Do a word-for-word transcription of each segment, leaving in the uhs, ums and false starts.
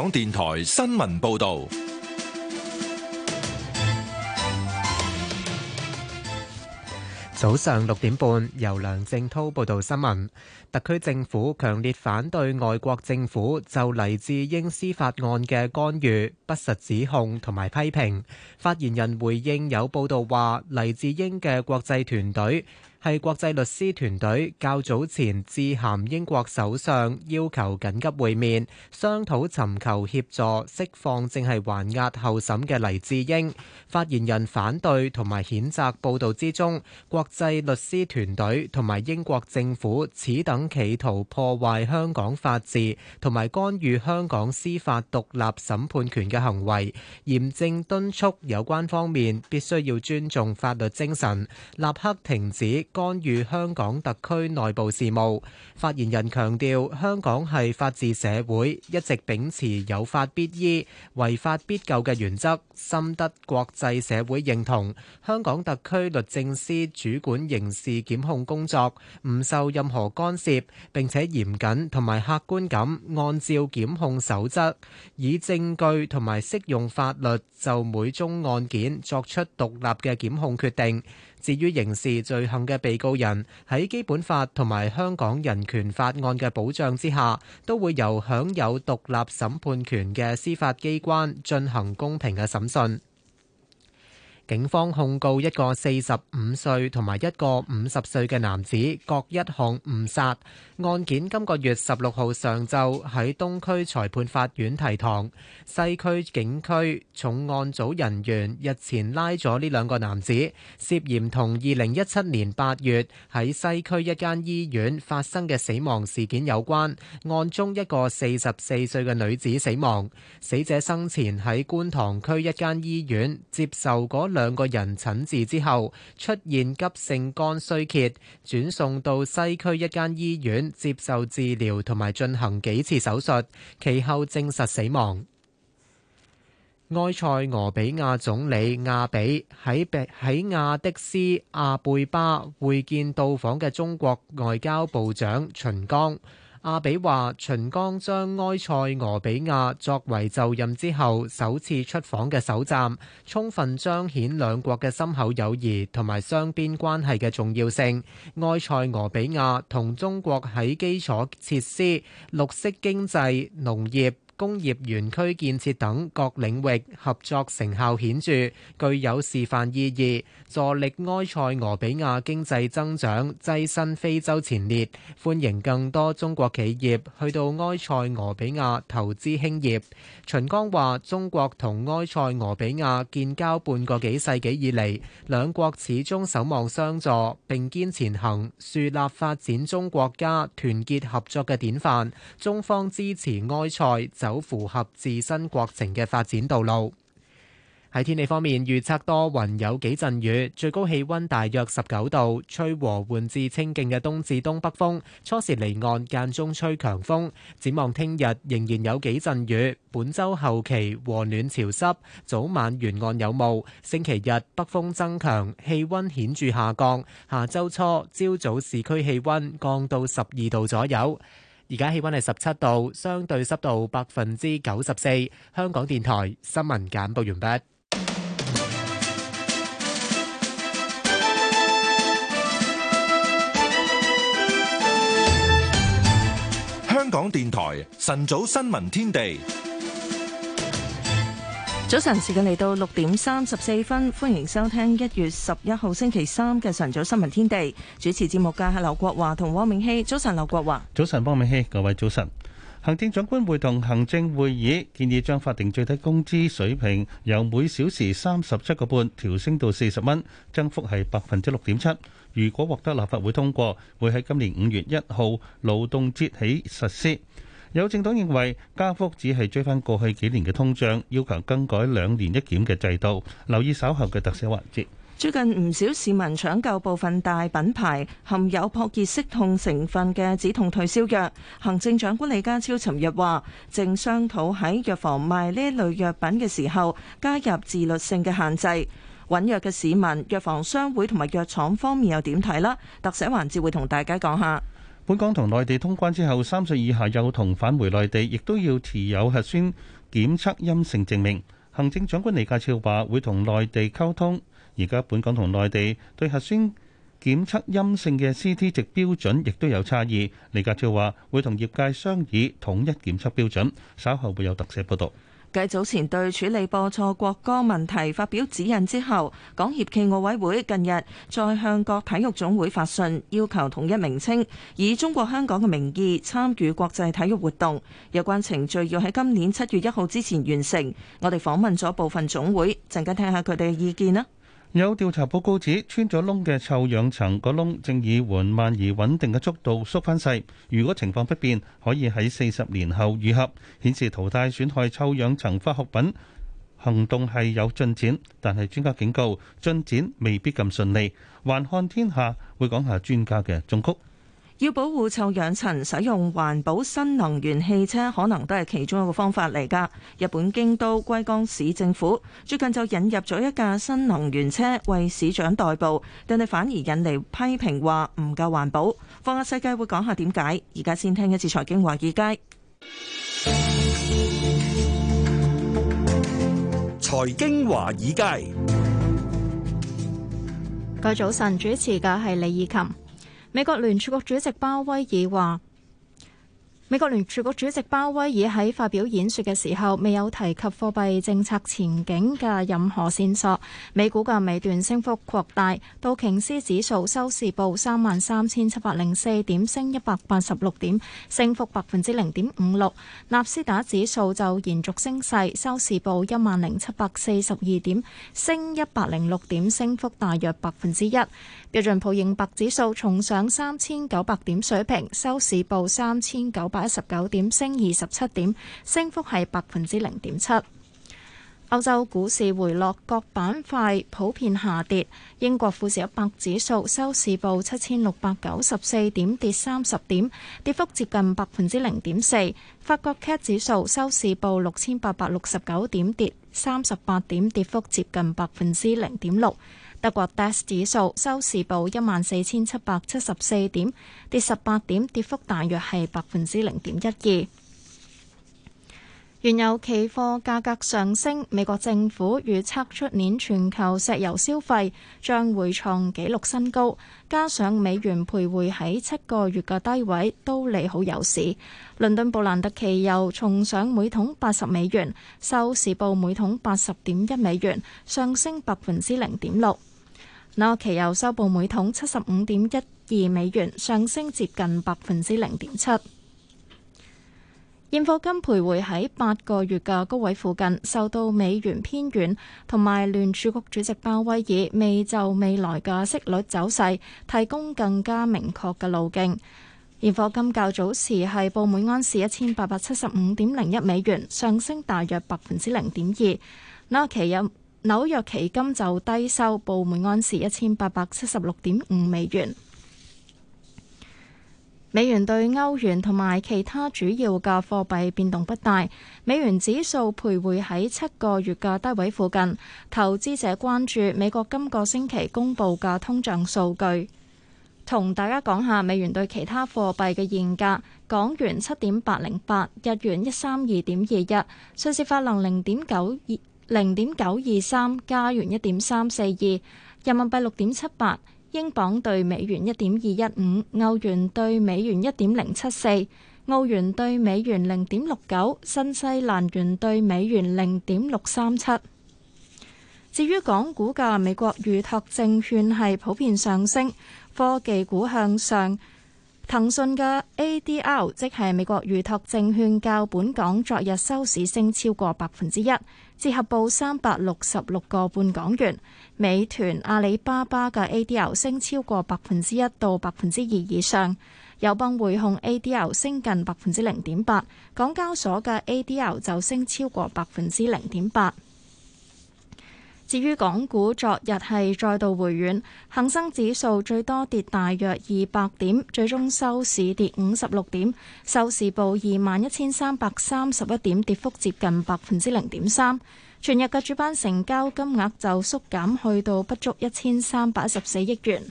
港電台新聞報道。 早上六點半，由梁正滔報道新聞。特區政府強烈反對外國政府就黎智英司法案嘅干預、不實指控同埋批評。發言人回應有報道話，黎智英嘅國際團隊係國際律師團隊較早前致函英國首相，要求緊急會面，商討尋求協助釋放正係還押候審嘅黎智英。發言人反對同埋譴責報道之中國際律師團隊同埋英國政府此等企圖破壞香港法治同埋干預香港司法獨立審判權嘅行為，嚴正敦促有關方面必須要尊重法律精神，立刻停止干預香港特區內部事務。發言人強調，香港係法治社會，一直秉持有法必依、違法必究嘅原則，深得國際社會認同。香港特區律政司主管刑事檢控工作，唔受任何干涉，並且嚴謹同埋客觀咁按照檢控守則，以證據同埋適用法律就每宗案件作出獨立嘅檢控決定。至於刑事罪行嘅被告人，喺基本法同埋香港人權法案嘅保障之下，都會由享有獨立審判權嘅司法機關進行公平嘅審訊。警方控告一個四十五歲同埋一個五十歲嘅男子各一項誤殺案件，今個月十六號上晝喺東區裁判法院提堂。西區警區重案組人員日前拉咗呢兩個男子，涉嫌同二零一七年八月喺西區一間醫院發生嘅死亡事件有關。案中一個四十四歲嘅女子死亡，死者生前喺觀塘區一間醫院接受嗰兩個人診治之後，出現急性肝衰竭，轉送到西區一間醫院接受治療同埋進行幾次手術，其後證實死亡。埃塞俄比亞總理亞比喺喺亞的斯亞貝巴會見到訪嘅中國外交部長秦剛。阿比話：秦剛將埃塞俄比亞作為就任之後首次出訪嘅首站，充分彰顯兩國嘅深厚友誼同埋雙邊關係嘅重要性。埃塞俄比亞同中國喺基礎設施、綠色經濟、農業、工業園區建設等各領域合作成效顯著，具有示範意義，助力埃塞俄比亞經濟增長躋身非洲前列，歡迎更多中國企業去到埃塞俄比亞投資興業。秦剛話：中國同埃塞俄比亞建交半個幾世紀以嚟，兩國始終守望相助，並肩前行，樹立發展中國家團結合作嘅典範。中方支持埃塞走符合自身國情嘅發展道路。喺天氣方面，預測多雲有幾陣雨，最高氣溫大約十九度，吹和緩至清勁嘅東至東北風，初時離岸間中吹強風。展望聽日仍然有幾陣雨，本週後期和暖潮濕，早晚沿岸有霧。星期日北風增強，氣溫顯著下降。下週初朝早市區氣溫降到十二度左右。而家氣溫係十七度，相對濕度百分之九十四。香港電台新聞簡報完畢。 香港電台晨早新聞天地。 早晨時間嚟到六點三十四分，歡迎收聽一月十一號星期三嘅晨早新聞天地。主持節目嘅係劉國華同汪明熙。早晨，劉國華。 早晨，汪明熙。各位早晨。行政長官會同行政會議建議將法定最低工資水平由每小時三十七個半調升到四十蚊，增幅係百分之六點七。如果獲得立法會通過，會喺今年五月一號勞動節起實施。有政黨認為加幅只係追翻過去幾年嘅通脹，要求更改兩年一檢嘅制度。留意稍後嘅特寫環節。 最近唔少市民搶購部分大品牌含有撲熱息痛成分嘅止痛退燒藥。行政長官李家超尋日話，正商討喺藥房賣呢類藥品嘅時候加入自律性嘅限制。揾藥嘅市民、藥房商會同埋藥廠方面又點睇啦？特寫環節會同大家講下。 本港同內地通關之後，三歲以下幼童返回內地，亦都要持有核酸檢測陰性證明。行政長官李家超話會同內地溝通，而家本港同內地對核酸檢測陰性嘅 C T 值標準亦都有差異。李家超話會同業界商議統一檢測標準，稍後會有特寫報道。 繼早前對處理播錯國歌問題發表指引之後，港協暨奧委會近日再向各體育總會發信，要求統一名稱，以中國香港嘅名義參與國際體育活動。有關程序要喺今年七月一號之前完成。我哋訪問咗部分總會，陣間聽下佢哋嘅意見啦。 有調查報告指，穿咗窿嘅臭氧層個窿正以緩慢而穩定嘅速度縮翻細。如果情況不變，可以喺四十年後愈合，顯示淘汰損害臭氧層化學品行動係有進展。但係專家警告，進展未必咁順利。環看天下會講下專家嘅忠告。 要保護臭氧層，使用環保新能源汽車可能都係其中一個方法嚟㗎。日本京都龜岡市政府最近就引入咗一架新能源車為市長代步，但係反而引嚟批評話唔夠環保。放眼世界會講下點解，而家先聽一次財經華爾街。 財經華爾街， 個早晨主持嘅係李以琴。美國聯儲局主席鮑威爾話，美國聯儲局主席鮑威爾喺發表演說嘅時候，未有提及貨幣政策前景嘅任何線索。美股嘅尾段升幅擴大，道瓊斯指數收市報三萬三千七百零四點，升一百八十六點，升幅百分之零點五六。納斯達指數就延續升勢，收市報一萬零七百四十二點，升一百零六點，升幅大約百分之一。標準普爾五百指數重上三千九百點水平，收市報三千九百一十九點，升二十七點，升幅係百分之零點七。歐洲股市回落，各板塊普遍下跌。英國富時一百指數收市報七千六百九十四點，跌三十點，跌幅接近百分之零點四。法國 C A C 指數收市報六千八百六十九點，跌三十八點，跌幅接近百分之零點六。德國 D A X 指數收市報一萬四千七百七十四點，跌十八點，跌幅大約係百分之零點一二。原油期貨價格上升，美國政府預測出年全球石油消費將會創紀錄新高，加上美元徘徊喺七個月嘅低位，都利好油市。倫敦布蘭特期油重上每桶八十美元，收市報每桶八十點一美元，上升百分之零點六。紐約期油收報每桶七十五點一二美元，上升接近百分之零點七。現貨金徘徊喺八個月嘅高位附近，受到美元偏軟同埋聯儲局主席鮑威爾未就未來嘅息率走勢提供更加明確嘅路徑。現貨金較早時係報每安士一千八百七十五點零一美元，上升大約百分之零點二。紐約期油紐約期金就低收，報每安士一千八百七十六點五美元。美元對歐元同埋其他主要嘅貨幣變動不大，美元指數徘徊喺七個月嘅低位附近。投資者關注美國今個星期公布嘅通脹數據。同大家講下美元對其他貨幣嘅現價：港元七點八零八，日元一三二點二一，瑞士法郎零點九二零點九二三，加元一點三四二，人民幣六點七八。英鎊對美元一點二一五，歐元對美元一點零七四，澳元對美元零點六九，新西蘭元對美元零點六三七。至於港股嘅美國預託證券係普遍上升，科技股向上。騰訊嘅 A D R 即係美國預託證券，較本港昨日收市升超過百分之一，折合報三百六十六個半港元。美團、阿里巴巴嘅 A D R 升超過百分之一到百分之二以上，友邦匯控 A D R 升近百分之零點八，港交所嘅 A D R 就升超過百分之零點八。至於港股昨日係再度回軟，恒生指數最多跌大約二百點，最終收市跌五十六點，收市報二萬一千三百三十一點，跌幅接近百分之零點三。全日嘅主板成交金額就縮減去到不足一千三百一十四億元。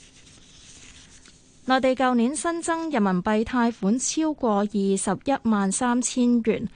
內地舊年新增人民幣貸款超過二十一萬三千元。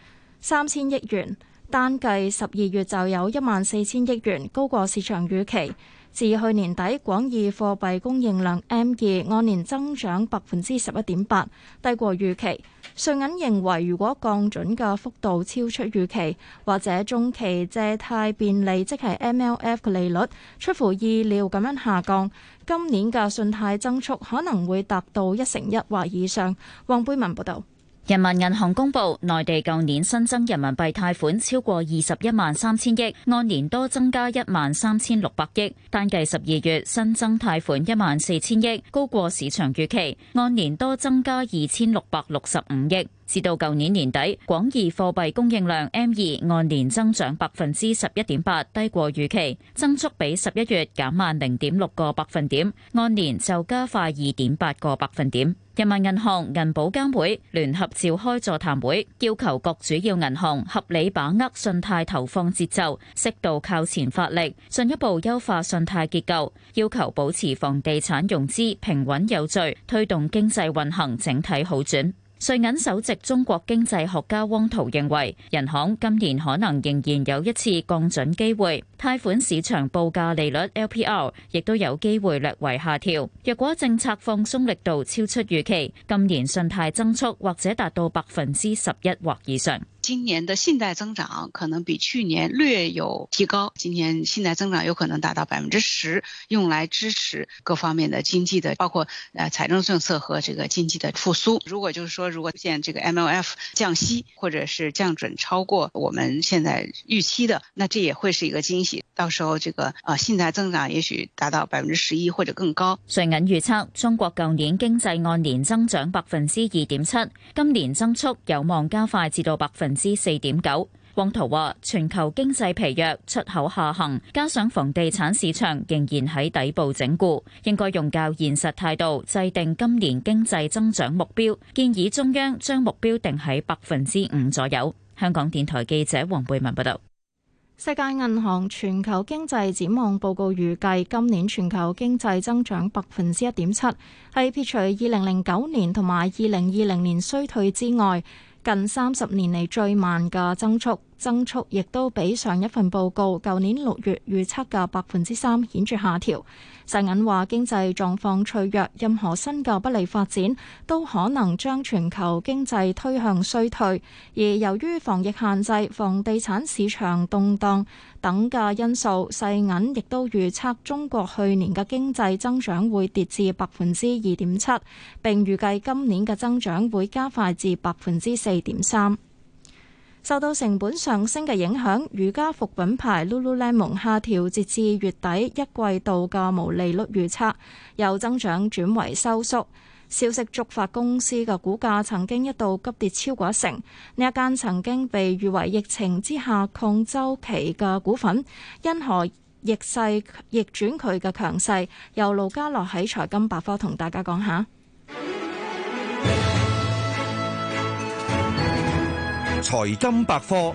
三千億元，單計十二月就有一萬四千億元，高過市場預期。自去年底，廣義貨幣供應量 M 二 按年增長百分之十一點八，低過預期。瑞銀認為，如果降準嘅幅度超出預期，或者中期借貸便利，即係 M L F 嘅利率出乎意料咁樣下降，今年嘅信貸增速可能會達到一成一或以上。黃貝文報導。 人民銀行公布，內地舊年新增人民幣貸款超過二十一萬三千億，按年多增加一萬三千六百億。單計十二月新增貸款一萬四千億，高過市場預期，按年多增加二千六百六十五億。至到舊年年底，廣義貨幣供應量 M 二 按年增長百分之十一點八，低過預期，增速比十一月減慢零點六個百分點，按年就加快二點八個百分點。人民銀行、銀保監會聯合召開座談會，要求各主要銀行合理把握信貸投放節奏，適度靠前發力，進一步優化信貸結構，要求保持房地產融資平穩有序，推動經濟運行整體好轉。瑞銀首席中國經濟學家汪濤認為，人行今年可能仍然有一次降準機會，貸款市場報價利率 L P R 亦都有機會略為下調。若果政策放鬆力度超出預期，今年信貸增速或者達到百分之十一或以上。 今年的信貸增長可能比去年略有提高，今年信貸增長有可能達到百分之十，用來支持各方面的經濟的，包括呃財政政策和這個經濟的復甦。如果就是說，如果現這個 M L F 降息或者是降準超過我們現在預期的，那這也會是一個驚喜。到時候這個呃信貸增長也許達到百分之十一或者更高。 瑞銀預測中國舊年經濟按年增長百分之二點七，今年增速有望加快至到百分之四點九。汪濤話：全球經濟疲弱，出口下行，加上房地產市場仍然喺底部整固，應該用較現實態度制定今年經濟增長目標，建議中央將目標定喺百分之五左右。香港電台記者黃貝文報道。 世界銀行全球經濟展望報告預計，今年全球經濟增長百分之一點七，係撇除二零零九年同埋二零二零年衰退之外，近三十年嚟最慢嘅增速。增速亦都比上一份報告舊年六月預測嘅百分之三顯著下調。世銀話經濟狀況脆弱，任何新嘅不利發展都可能將全球經濟推向衰退。而由於防疫限制、房地產市場動盪等嘅因素，世銀亦都預測中國去年嘅經濟增長會跌至百分之二點七，並預計今年嘅增長會加快至百分之四點三。受到成本上升嘅影響，瑜伽服品牌 Lululemon 下調截至月底一季度嘅毛利率預測，由增長轉為收縮。消息觸發公司嘅股價曾經一度急跌超過一成。呢一間曾經被譽為疫情之下抗周期嘅股份，因何逆勢逆轉佢嘅強勢？由盧家樂喺財金百科同大家講下。 財金百科。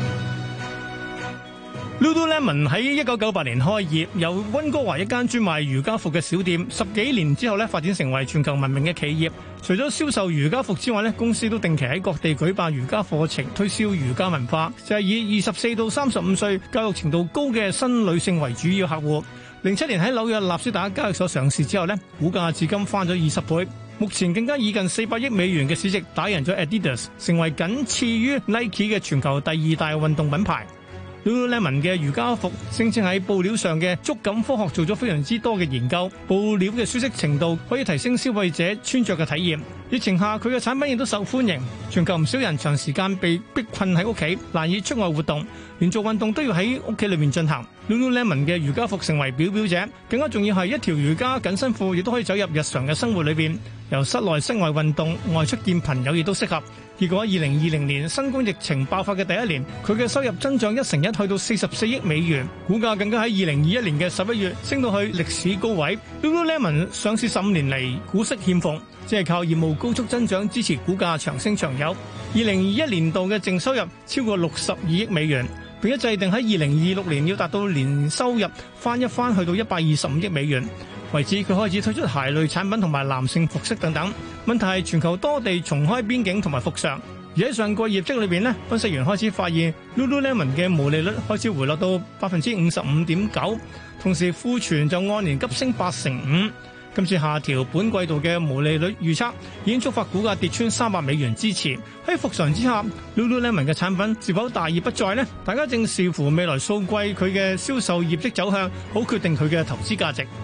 Lululemon 喺一九九八年開業，由溫哥華一間專賣瑜伽服嘅小店，十幾年之後咧發展成為全球聞名嘅企業。除咗銷售瑜伽服之外咧，公司都定期喺各地舉辦瑜伽課程，推銷瑜伽文化，就係以二十四到三十五歲教育程度高嘅新女性為主要客戶。零七年喺紐約納斯達克交易所上市之後咧，股價至今翻咗二十倍。目前更加以近四百億美元嘅市值打贏咗 Adidas， 成為僅次於 Nike 嘅全球第二大運動品牌。Lululemon 嘅瑜伽服聲稱喺布料上嘅觸感科學做咗非常之多嘅研究，布料嘅舒適程度可以提升消費者穿着嘅體驗。疫情下佢嘅產品亦都受歡迎，全球唔少人長時間被逼困喺屋企，難以出外活動，連做運動都要喺屋企裏面進行。Lululemon 嘅瑜伽服成為表表者，更加重要係一條瑜伽緊身褲亦都可以走入日常嘅生活裏邊，由室內室外運動、外出見朋友亦都適合。結果二零二零年新冠疫情爆發嘅第一年，佢嘅收入增長一成一，去到四十四億美元，股價更加喺二零二一年嘅十一月升到去歷史高位。Lululemon 上市十五年嚟股息欠奉，只係靠業務高速增長支持股價長升長有。二零二一年度嘅淨收入超過六十二億美元，並且制定喺二零二六年要達到年收入翻一番去到一百二十五億美元。為止，佢開始推出鞋類產品同埋男性服飾等等。問題係全球多地重開邊境同埋復常， 而喺上個業績裏邊呢，分析員開始發現 Lululemon 嘅毛利率開始回落到百分之五十五點九，同時庫存就按年急升八成五。今次下調本季度嘅毛利率預測，已經觸發股價跌穿三百美元支持。喺復常之下 ，Lululemon 嘅產品是否大義不在呢？大家正視乎未來數季佢嘅銷售業績走向，好決定佢嘅投資價值。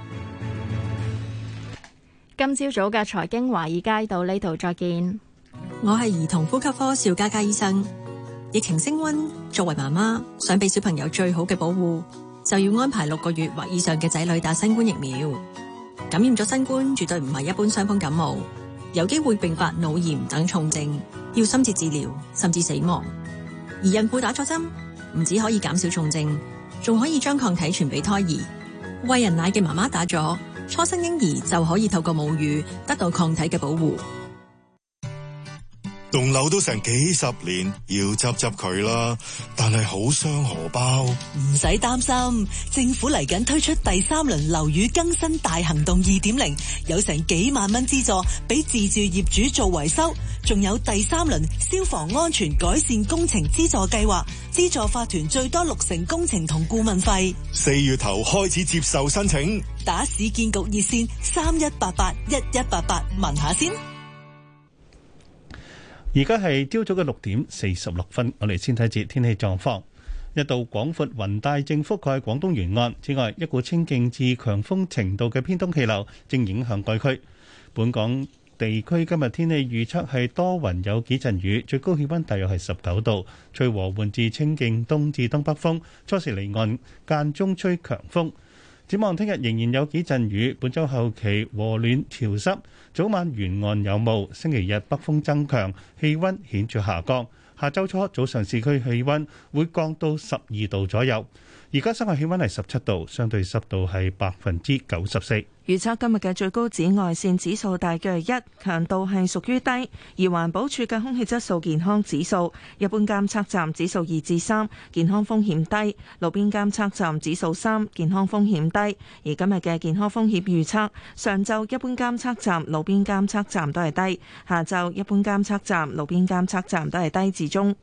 今朝早嘅財經華爾街到呢度再見。 我係兒童呼吸科邵嘉嘉醫生。疫情升溫，作為媽媽想俾小朋友最好嘅保護，就要安排六個月或以上嘅仔女打新冠疫苗。感染咗新冠絕對唔係一般傷風感冒，有機會併發腦炎等重症，要深切治療甚至死亡。而孕婦打咗針，唔止可以減少重症，仲可以將抗體傳俾胎兒。餵人奶嘅媽媽打咗，初生嬰兒就可以透過母乳得到抗體嘅保護。 棟樓都成幾十年，要執執佢啦，但係好傷荷包。 唔使擔心，政府嚟緊推出第三輪樓宇更新大行動二點零，有成幾萬蚊資助俾自住業主做維修，仲有第三輪消防安全改善工程資助計劃，資助法團最多六成工程同顧問費。 四月頭開始接受申請， 打市建局熱線三一八八一一八八問下先。 而家係朝早嘅六點四十六分，我哋先睇節天氣狀況。一道廣闊雲帶正覆蓋廣東沿岸，此外一股清勁至強風程度嘅偏東氣流正影響該區。本港地區今日天氣預測係多雲有幾陣雨，最高氣溫大約係十九度，吹和緩至清勁東至東北風，初時離岸間中吹強風。展望聽日仍然有幾陣雨，本週後期和暖潮濕，早晚沿岸有霧。星期日北風增強，氣溫顯著下降。下週初早上市區氣溫會降到十二度左右。而家室外氣溫係十七度，相對濕度係百分之九十四。 預測今日嘅最高紫外線指數大約係一，強度係屬於低。而環保署嘅空氣質素健康指數，一般監測站指數二至三，健康風險低；路邊監測站指數三，健康風險低。而今日嘅健康風險預測，上晝一般監測站、路邊監測站都係低；下晝一般監測站、路邊監測站都係低至中。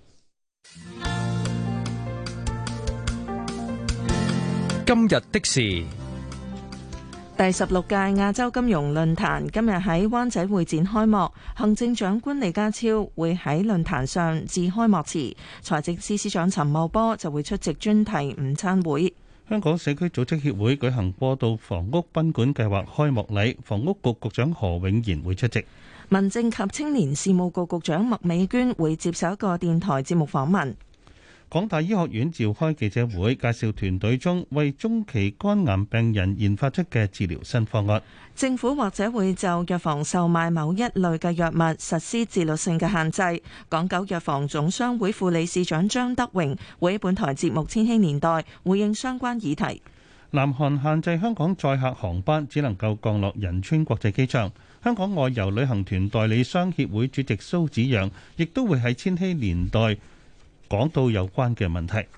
今日的事， 第十六屆亞洲金融論壇今日喺灣仔會展開幕，行政長官李家超會喺論壇上致開幕詞，財政司司長陳茂波就會出席專題午餐會。 香港社區組織協會舉行過渡房屋賓館計劃開幕禮，房屋局局長何永賢會出席。 民政及青年事務局局長麥美娟會接受一個電台節目訪問。 港大醫學院召開記者會，介紹團隊中為中期肝癌病人研發出嘅治療新方案。 政府或者會就藥房售賣某一類嘅藥物實施自律性嘅限制。港九藥房總商會副理事長張德榮會喺本台節目《千禧年代》回應相關議題。 南韓限制香港載客航班只能夠降落仁川國際機場。香港外遊旅行團代理商協會主席蘇子陽亦都會喺《千禧年代》講到有關嘅問題。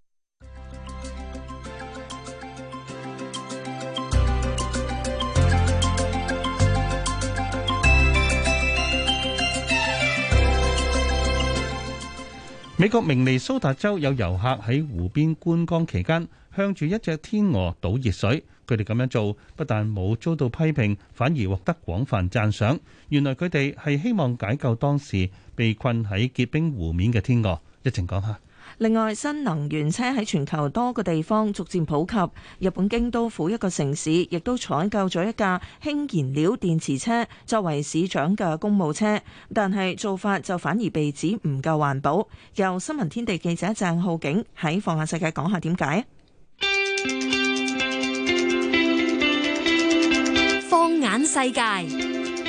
美國明尼蘇達州有遊客喺湖邊觀光期間，向住一隻天鵝倒熱水。佢哋咁樣做不但冇遭到批評，反而獲得廣泛讚賞。原來佢哋係希望解救當時被困喺結冰湖面嘅天鵝。一陣講下。 另外，新能源車喺全球多個地方逐漸普及。日本京都府一個城市亦都採購咗一架氫燃料電池車作為市長嘅公務車，但係做法就反而被指唔夠環保。由新聞天地記者鄭浩景喺放眼世界講下點解。 放眼世界。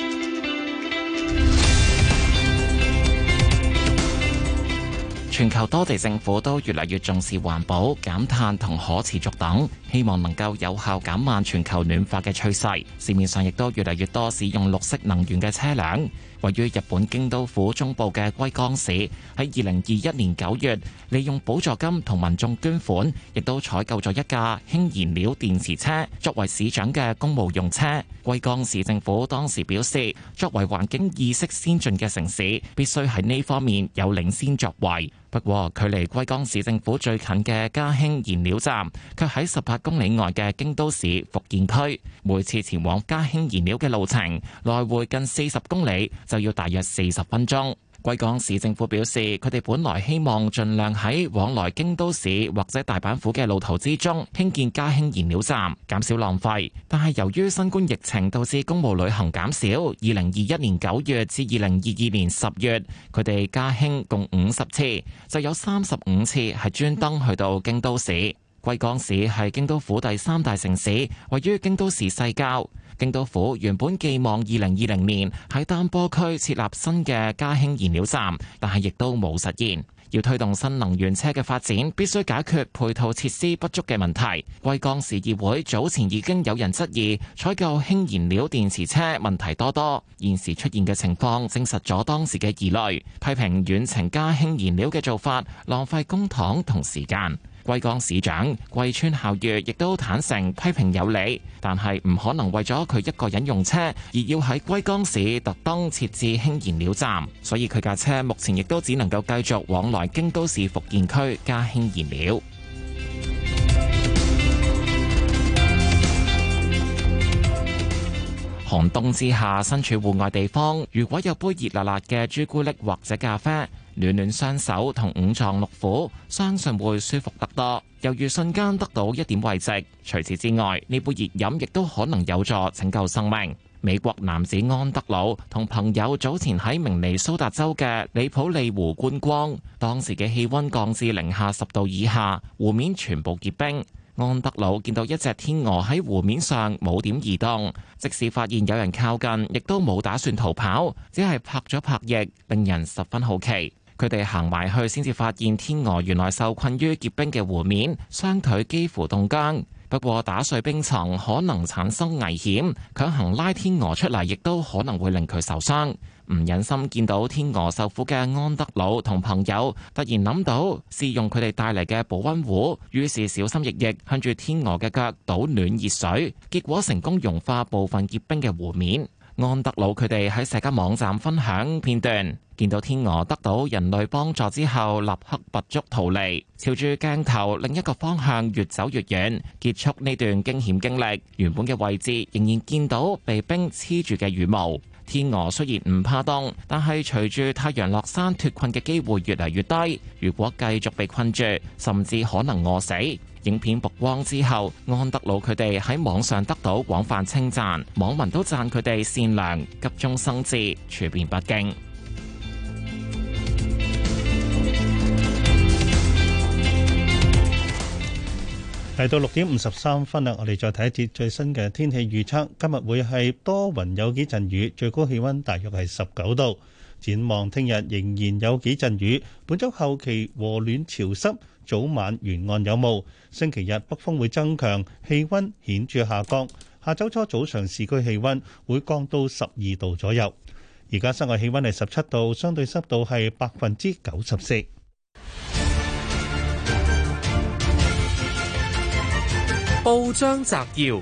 全球多地政府都越嚟越重視環保、減碳同可持續等，希望能夠有效減慢全球暖化嘅趨勢。市面上亦都越嚟越多使用綠色能源嘅車輛。 位於日本京都府中部嘅龜岡市，喺二零二一年九月，利用補助金同民眾捐款，亦都採購咗一架氫燃料電池車，作為市長嘅公務用車。龜岡市政府當時表示，作為環境意識先進嘅城市，必須喺呢方面有領先作為。不過，距離龜岡市政府最近嘅加氫燃料站，卻喺十八公里外嘅京都市伏見區。每次前往加氫燃料嘅路程，來回近四十公里，就要大約四十分鐘。龜岡市政府表示，佢哋本來希望盡量喺往來京都市或者大阪府嘅路途之中興建加氫燃料站，減少浪費。但係由於新冠疫情導致公務旅行減少，二零二一年九月至二零二二年十月，佢哋加氫共五十次，就有三十五次係專登去到京都市。龜岡市係京都府第三大城市，位於京都市西郊。京都府原本寄望二零二零年喺丹波區設立新嘅加氫燃料站，但係亦都冇實現。要推動新能源車嘅發展，必須解決配套設施不足嘅問題。龜岡市議會早前已經有人質疑採購氫燃料電池車問題多多，現時出現嘅情況證實咗當時嘅疑慮，批評遠程加氫燃料嘅做法浪費公帑同時間。龜岡市長龜川孝月亦都坦承批評有理，但係唔可能為咗佢一個人用車而要喺龜岡市特登設置氫燃料站，所以佢架車目前亦都只能夠繼續往來京都市伏見區加氫燃料。寒冬之下，身處戶外地方，如果有杯熱辣辣嘅朱古力或者咖啡，暖暖雙手同五臟六腑，相信會舒服得多，猶如瞬間得到一點慰藉。除此之外，呢杯熱飲亦都可能有助拯救生命。美國男子安德魯同朋友早前喺明尼蘇達州嘅里普利湖觀光，當時嘅氣溫降至零下十度以下，湖面全部結冰。安德魯見到一隻天鵝喺湖面上冇點移動，即使發現有人靠近，亦都冇打算逃跑，只係拍咗拍翼，令人十分好奇。佢哋行埋去先至發現天鵝原來受困於結冰嘅湖面，雙腿幾乎凍僵。不過打碎冰層可能產生危險，強行拉天鵝出嚟亦都可能會令佢受傷。唔忍心見到天鵝受苦嘅安德魯同朋友，突然諗到試用佢哋帶嚟嘅保溫壺，於是小心翼翼向住天鵝嘅腳倒暖熱水，結果成功融化部分結冰嘅湖面。安德魯佢哋喺社交網站分享片段，見到天鵝得到人類幫助之後，立刻拔足逃離，朝住鏡頭另一個方向越走越遠，結束呢段驚險經歷。原本嘅位置仍然見到被冰黐住嘅羽毛。天鵝雖然唔怕凍，但係隨住太陽落山脫困嘅機會越嚟越低。如果繼續被困住，甚至可能餓死。影片曝光之後，安德魯佢哋喺網上得到廣泛稱讚，網民都讚佢哋善良、急中生智、處變不驚。 嚟到六點五十三分啦，我哋再睇一節最新嘅天氣預測。今日會係多雲有幾陣雨，最高氣溫大約係十九度。展望聽日仍然有幾陣雨，本週後期和暖潮濕，早晚沿岸有霧。星期日北風會增強，氣溫顯著下降。下週初早上市區氣溫會降到十二度左右。而家室外氣溫係十七度，相對濕度係百分之九十四。 報章摘要：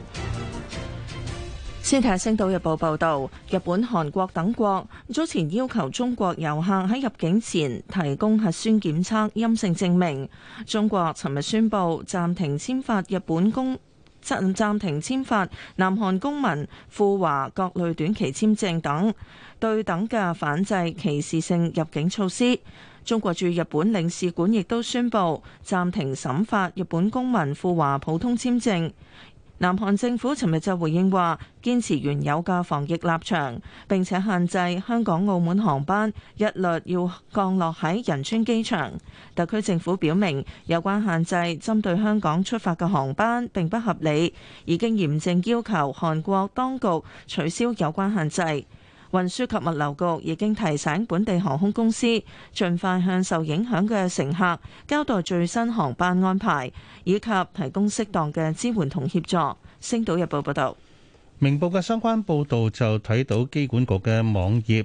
先睇《星島日報》報導，日本、韓國等國早前要求中國遊客喺入境前提供核酸檢測陰性證明。中國尋日宣布暫停簽發日本公暫暫停簽發南韓公民赴華各類短期簽證等對等嘅反制歧視性入境措施。中國駐日本領事館亦都宣布暫停審發日本公民赴華普通簽證。南韓政府尋日就回應話，堅持原有嘅防疫立場，並且限制香港、澳門航班一律要降落喺仁川機場。特區政府表明，有關限制針對香港出發嘅航班並不合理，已經嚴正要求韓國當局取消有關限制。運輸及物流局已經提醒本地航空公司盡快向受影響嘅乘客交代最新航班安排，以及提供適當嘅支援同協助。星島日報報道。 明報嘅相關報導就睇到機管局嘅網頁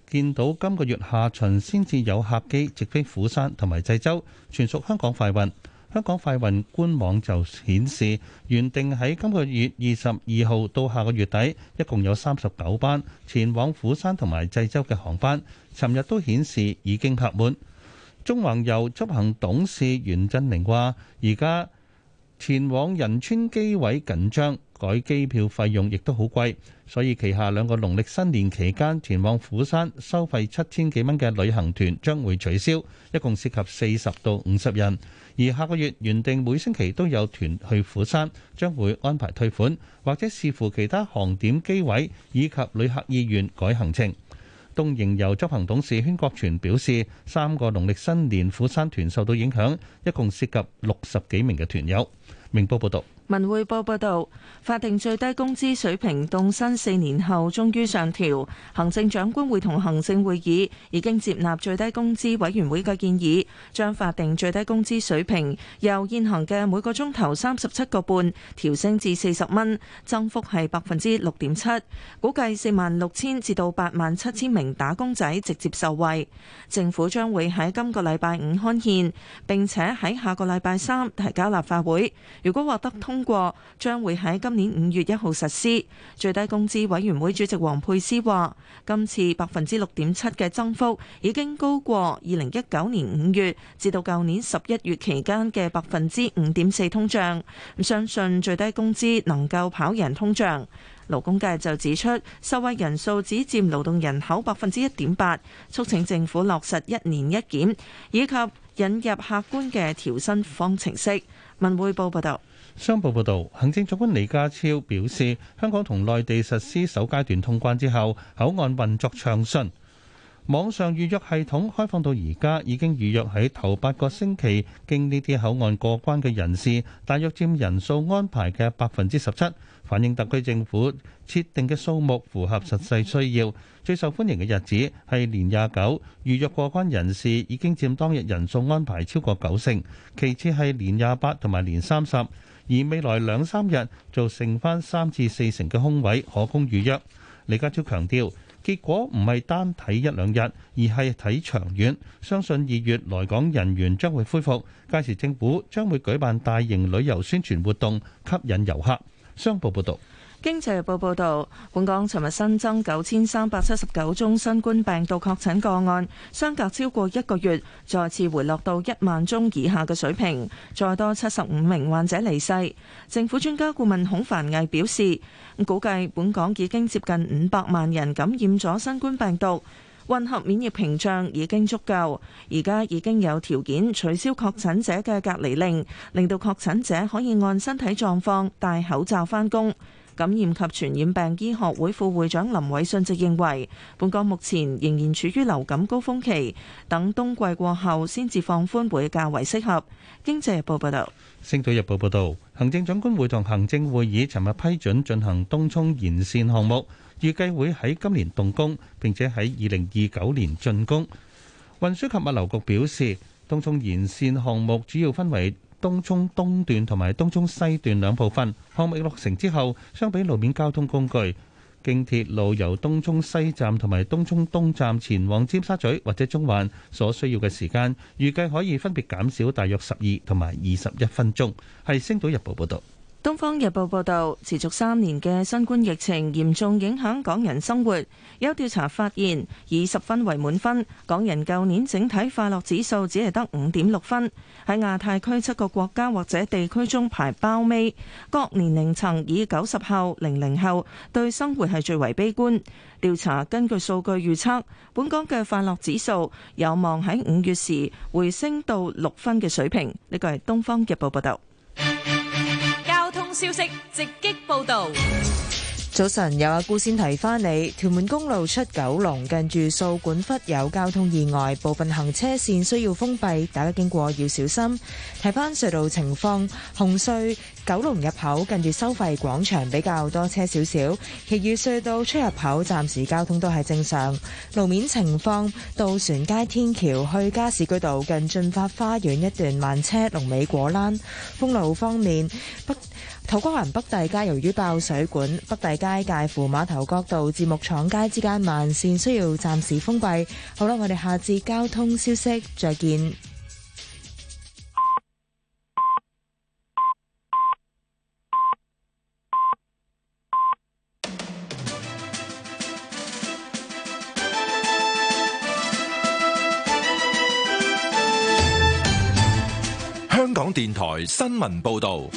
見到今個月下旬先至有客機直飛釜山同埋濟州，全屬香港快運。香港快運官網就顯示，原定喺今個月二十二號到下個月底，一共有三十九班前往釜山同埋濟州嘅航班，尋日都顯示已經客滿。中橫遊執行董事袁振寧話，而家前往仁川機位緊張，改機票費用亦都好貴，所以旗下兩個農曆新年期間前往釜山收費七千幾蚊嘅旅行團將會取消，一共涉及四十到五十人。而下個月原定每星期都有團去釜山，將會安排退款，或者視乎其他航點機位以及旅客意願改行程。東瀛遊執行董事禤國全表示，三個農曆新年釜山團受到影響，一共涉及六十幾名嘅團友。明報報道。 文匯報報道，法定最低工資水平凍薪四年後終於上調，行政長官會同行政會議已經接納最低工資委員會嘅建議，將法定最低工資水平由現行嘅每個鐘頭三十七個半調升至四十蚊，增幅係百分之六點七，估計四萬六千至到八萬七千名打工仔直接受惠。政府將會喺今個禮拜五刊憲，並且喺下個禮拜三提交立法會，如果獲得通通過將會喺今年五月一號實施。最低工資委員會主席黃佩斯話，今次百分之六點七嘅增幅已經高過二零一九年五月至到舊年十一月期間嘅百分之五點四通脹，相信最低工資能夠跑贏通脹。勞工界就指出，受惠人數只佔勞動人口百分之一點八，促請政府落實一年一檢，以及引入客觀嘅調薪方程式。文匯報報道。 商報報導，行政長官李家超表示，香港同內地實施首階段通關之後，口岸運作暢順。網上預約系統開放到而家，已經預約喺頭八個星期經呢啲口岸過關嘅人士，大約佔人數安排嘅百分之十七，反映特區政府設定嘅數目符合實際需要。最受歡迎嘅日子係年廿九，預約過關人士已經佔當日人數安排超過九成，其次係年廿八同埋年三十。而未來兩三日就剩翻三至四成嘅空位可供預約。李家超強調，結果唔係單睇一兩日，而係睇長遠。相信二月來港人員將會恢復，屆時政府將會舉辦大型旅遊宣傳活動，吸引遊客。商報報導。 經濟日報報導，本港尋日新增九千三百七十九宗新冠病毒確診個案，相隔超過一個月，再次回落到一萬宗以下嘅水平，再多七十五名患者離世。政府專家顧問孔繁毅表示，估計本港已經接近五百萬人感染咗新冠病毒，混合免疫屏障已經足夠，而家已經有條件取消確診者嘅隔離令，令到確診者可以按身體狀況戴口罩返工。感染及傳染病醫學會副會長林偉信就認為，本港目前仍然處於流感高峰期，等冬季過後先至放寬會較為適合。經濟日報報道。 星島日報報道，行政長官會同行政會議尋日批准進行東涌延線項目，預計會喺今年動工，並且喺二零二九年竣工。運輸及物流局表示，東涌延線項目主要分為東涌東段同埋東涌西段兩部分。項目落成之後，相比路面交通工具，經鐵路由東涌西站同埋東涌東站前往尖沙咀或者中環所需要嘅時間，預計可以分別減少大約十二同埋二十一分鐘。係《星島日報》報道。 《東方日報》報導，持續三年嘅新冠疫情嚴重影響港人生活。有調查發現，以十分為滿分，港人舊年整體快樂指數只係得五點六分，喺亞太區七個國家或者地區中排包尾。各年齡層以九十後、零零後對生活係最為悲觀。調查根據數據預測，本港嘅快樂指數有望喺五月時回升到六分嘅水平。呢個係《東方日報》報導。 消息直擊報道。 早晨，有阿姑先提翻你，屯門公路出九龍近住掃管笏有交通意外，部分行車線需要封閉，大家經過要小心。睇翻隧道情況，紅隧九龍入口近住收費廣場比較多車少少，其餘隧道出入口暫時交通都係正常。路面情況，渡船街天橋去加士居道近駿發花園一段慢車，龍尾果欄。封路方面，北土瓜灣北帝街由於爆水管，北帝街介乎碼頭角道至木廠街之間慢線需要暫時封閉。好啦，我哋下節交通消息再見。 香港電台新聞報道。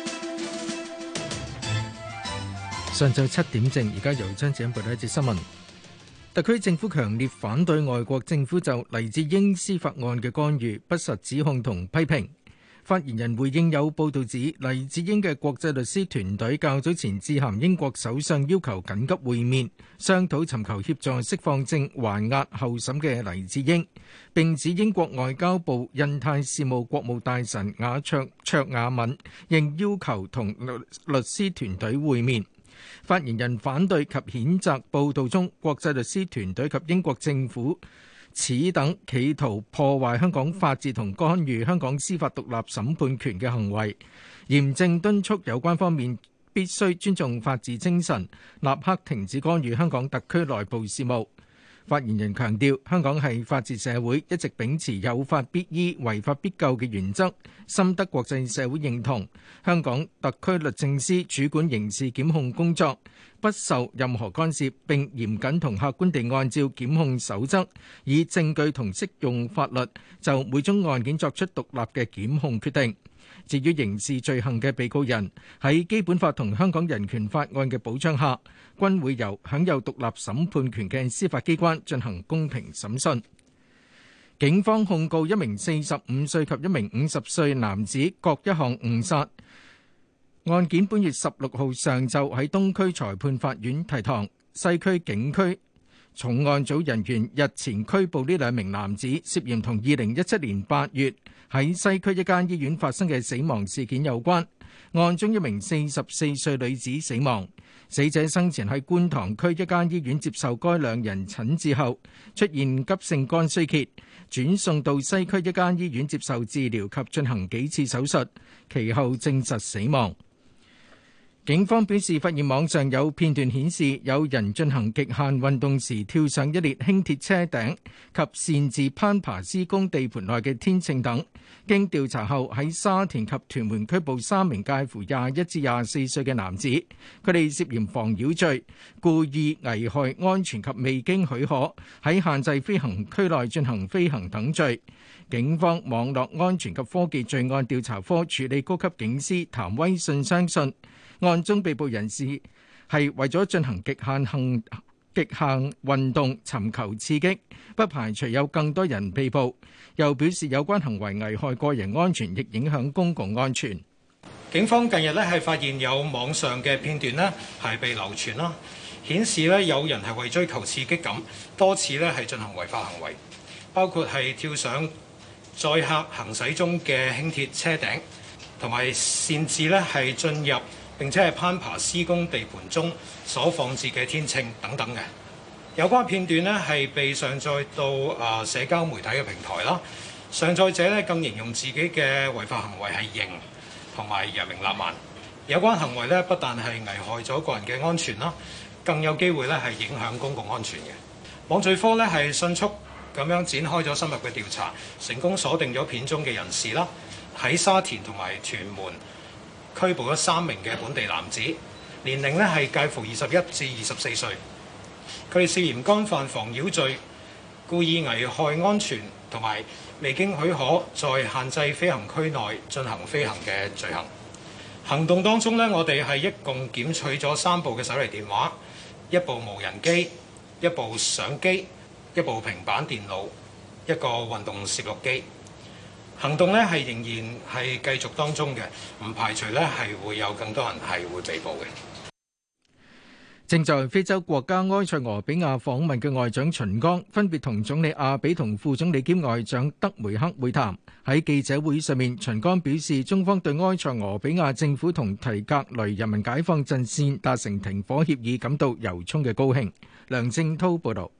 上晝七點正，而家由張子欣報道一節新聞。特區政府強烈反對外國政府就黎智英司法案嘅干預、不實指控同批評。發言人回應有報道指黎智英嘅國際律師團隊較早前致函英國首相，要求緊急會面，商討尋求協助釋放正還押候審嘅黎智英。並指英國外交部印太事務國務大臣雅卓卓雅敏應要求同律律師團隊會面。發言人反對及譴責報道中國際律師團隊及英國政府此等企圖破壞香港法治同干預香港司法獨立審判權嘅行為，嚴正敦促有關方面必須尊重法治精神，立刻停止干預香港特區內部事務。發言人強調，香港係法治社會，一直秉持有法必依、違法必究嘅原則，深得國際社會認同。香港特區律政司主管刑事檢控工作，不受任何干涉，並嚴謹同客觀地按照檢控守則，以證據同適用法律就每宗案件作出獨立嘅檢控決定。至於刑事罪行嘅被告人，喺基本法同香港人權法案嘅保障下，均會由享有獨立審判權嘅司法機關進行公平審訊。警方控告一名四十五歲及一名五十歲男子各一項誤殺案件，本月十六號上晝喺東區裁判法院提堂。西區警區重案組人員日前拘捕呢兩名男子，涉嫌同二零一七年八月喺西區一間醫院發生嘅死亡事件有關。案中一名四十四歲女子死亡，死者生前喺觀塘區一間醫院接受該兩人診治後出現急性肝衰竭，轉送到西區一間醫院接受治療及進行幾次手術，其後證實死亡。警方表示，發現網上有片段顯示有人進行極限運動時跳上一列輕鐵車頂及擅自攀爬施工地盤內嘅天秤等。經調查後，喺沙田及屯門拘捕三名介乎廿一至廿四歲嘅男子，佢哋涉嫌妨擾罪、故意危害安全及未經許可喺限制飛行區內進行飛行等罪。警方網絡安全及科技罪案調查科處理高級警司譚威信相信，案中被捕人士係為咗進行極限行極限運動尋求刺激，不排除有更多人被捕。又表示有關行為危害個人安全，亦影響公共安全。 警方近日咧係發現有網上嘅片段咧係被流傳啦，顯示咧有人係為追求刺激感，多次咧係進行違法行為，包括係跳上載客行駛中嘅輕鐵車頂，同埋擅自咧係進入並且係攀爬施工地盤中所放置嘅天秤等等嘅。有關片段呢係被上載到啊社交媒體嘅平台啦，上載者呢更形容自己嘅違法行為係型同埋揚名立萬。有關行為呢不但係危害咗個人嘅安全啦，更有機會呢係影響公共安全嘅。網罪科呢係迅速咁樣展開咗深入嘅調查，成功鎖定咗片中嘅人士啦，喺沙田同埋屯門拘捕咗三名嘅本地男子，年齡呢係介乎二十一至二十四歲。佢哋涉嫌干犯妨擾罪、故意危害安全同埋未經許可在限制飛行區內進行飛行嘅罪行。行動當中呢，我哋係一共檢取咗三部嘅手提電話、一部無人機、一部相機、一部平板電腦、一個運動攝錄機。行動呢係仍然係繼續當中嘅，唔排除呢係會有更多人係會被捕嘅。 正在非洲國家埃塞俄比亞訪問嘅外長秦剛，分別同總理阿比同副總理兼外長德梅克會談。喺記者會上面，秦剛表示，中方對埃塞俄比亞政府同提格雷人民解放陣線達成停火協議感到由衷嘅高興。梁正滔報導。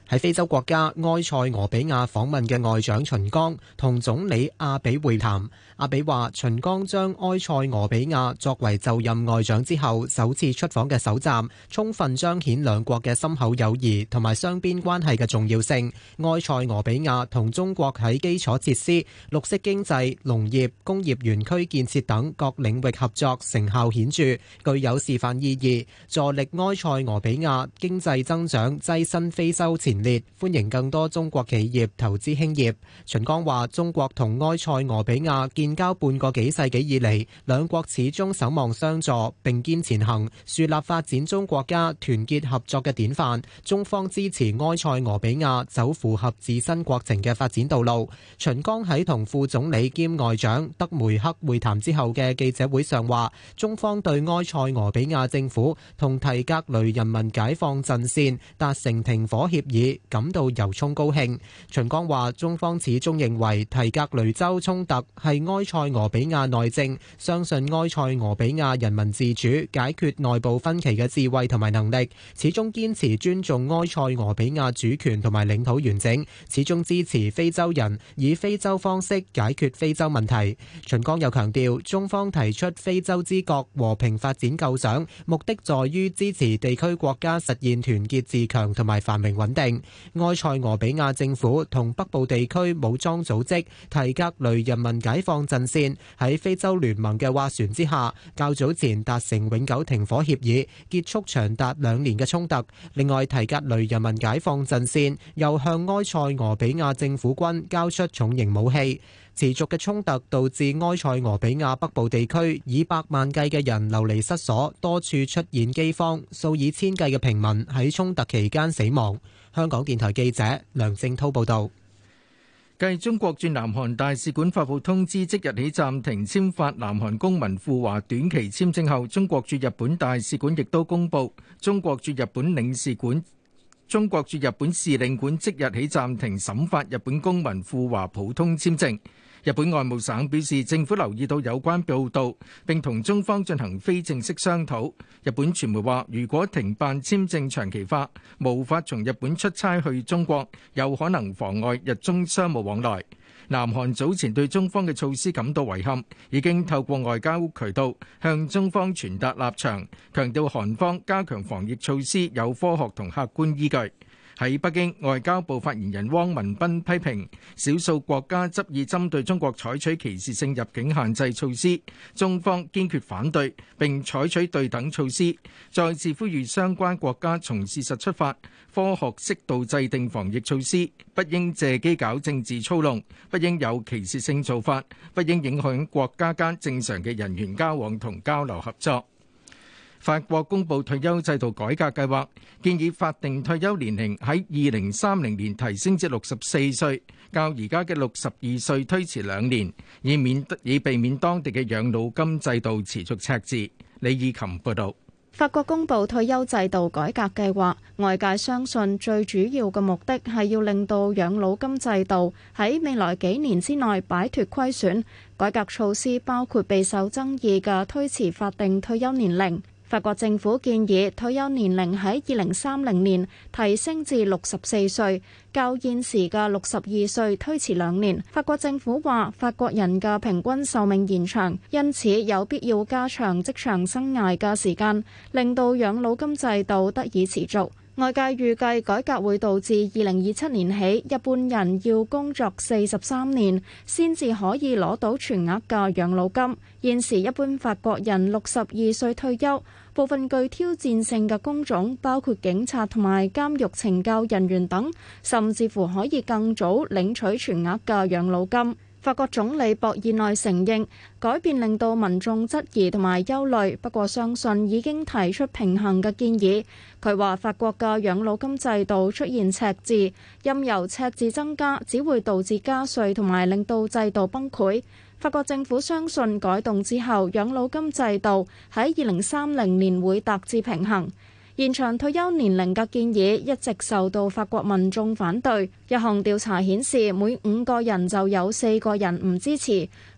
喺非洲國家埃塞俄比亞訪問嘅外長秦剛同總理阿比會談。阿比話，秦剛將埃塞俄比亞作為就任外長之後首次出訪嘅首站，充分彰顯兩國嘅深厚友誼同埋雙邊關係嘅重要性。埃塞俄比亞同中國喺基礎設施、綠色經濟、農業、工業園區建設等各領域合作成效顯著，具有示範意義，助力埃塞俄比亞經濟增長躋身非洲前列，歡迎更多中國企業投資興業。秦剛話：中國同埃塞俄比亞建交半個幾世紀以嚟，兩國始終守望相助，並肩前行，樹立發展中國家團結合作嘅典範。中方支持埃塞俄比亞走符合自身國情嘅發展道路。秦剛喺同副總理兼外長德梅克會談之後嘅記者會上話：中方對埃塞俄比亞政府同提格雷人民解放陣線達成停火協議感到由衷高興。秦剛話：中方始終認為提格雷州衝突係埃塞俄比亞內政，相信埃塞俄比亞人民自主解決內部分歧嘅智慧同埋能力，始終堅持尊重埃塞俄比亞主權同埋領土完整，始終支持非洲人以非洲方式解決非洲問題。秦剛又強調，中方提出非洲之角和平發展構想，目的在於支持地區國家實現團結自強同埋繁榮穩定。埃塞俄比亞政府同北部地區武裝組織提格雷人民解放陣線喺非洲聯盟嘅斡旋之下，較早前達成永久停火協議，結束長達兩年嘅衝突。另外，提格雷人民解放陣線又向埃塞俄比亞政府軍交出重型武器。持續嘅衝突導致埃塞俄比亞北部地區以百萬計嘅人流離失所，多處出現饑荒，數以千計嘅平民喺衝突期間死亡。香港電台記者梁正滔報導。 繼中國駐南韓大使館發布通知，即日起暫停簽發南韓公民赴華短期簽證後，中國駐日本大使館亦都公佈，中國駐日本領事館、中國駐日本使領館即日起暫停審發日本公民赴華普通簽證。日本外務省表示，政府留意到有關報導，並同中方進行非正式商討。日本傳媒話，如果停辦簽證長期化，無法從日本出差去中國，有可能妨礙日中商務往來。南韓早前對中方嘅措施感到遺憾，已經透過外交渠道向中方傳達立場，強調韓方加強防疫措施有科學同客觀依據。喺北京，外交部發言人汪文斌批評少數國家執意針對中國採取歧視性入境限制措施，中方堅決反對並採取對等措施，再次呼籲相關國家從事實出發，科學適度制定防疫措施，不應借機搞政治操弄，不應有歧視性做法，不應影響國家間正常嘅人員交往同交流合作。法國公布退休制度改革計劃，建議法定退休年齡喺二零三零年提升至六十四歲，較而家嘅六十二歲推遲兩年，以免以避免當地嘅養老金制度持續赤字。李以琴報導。 法國公布退休制度改革計劃，外界相信最主要嘅目的係要令到養老金制度喺未來幾年之內擺脫虧損。改革措施包括備受爭議嘅推遲法定退休年齡。法國政府建議退休年齡喺二零三零年提升至六十四歲，較現時嘅六十二歲推遲兩年。法國政府話，法國人嘅平均壽命延長，因此有必要加長職場生涯嘅時間，令到養老金制度得以持續。外界預計改革會導致二零二七年起，一般人要工作四十三年先至可以攞到全額嘅養老金。現時一般法國人六十二歲退休，部分具挑戰性嘅工種，包括警察同埋監獄懲教人員等，甚至乎可以更早領取全額嘅養老金。法國總理博爾內承認改變令到民眾質疑同埋憂慮，不過相信已經提出平衡嘅建議。佢話法國嘅養老金制度出現赤字，任由赤字增加，只會導致加稅同埋令到制度崩潰。法國政府相信改動之後，養老金制度喺二零三零年會達至平衡。延長退休年齡嘅建議一直受到法國民眾反對。一項調查顯示，每五個人就有四個人唔支持。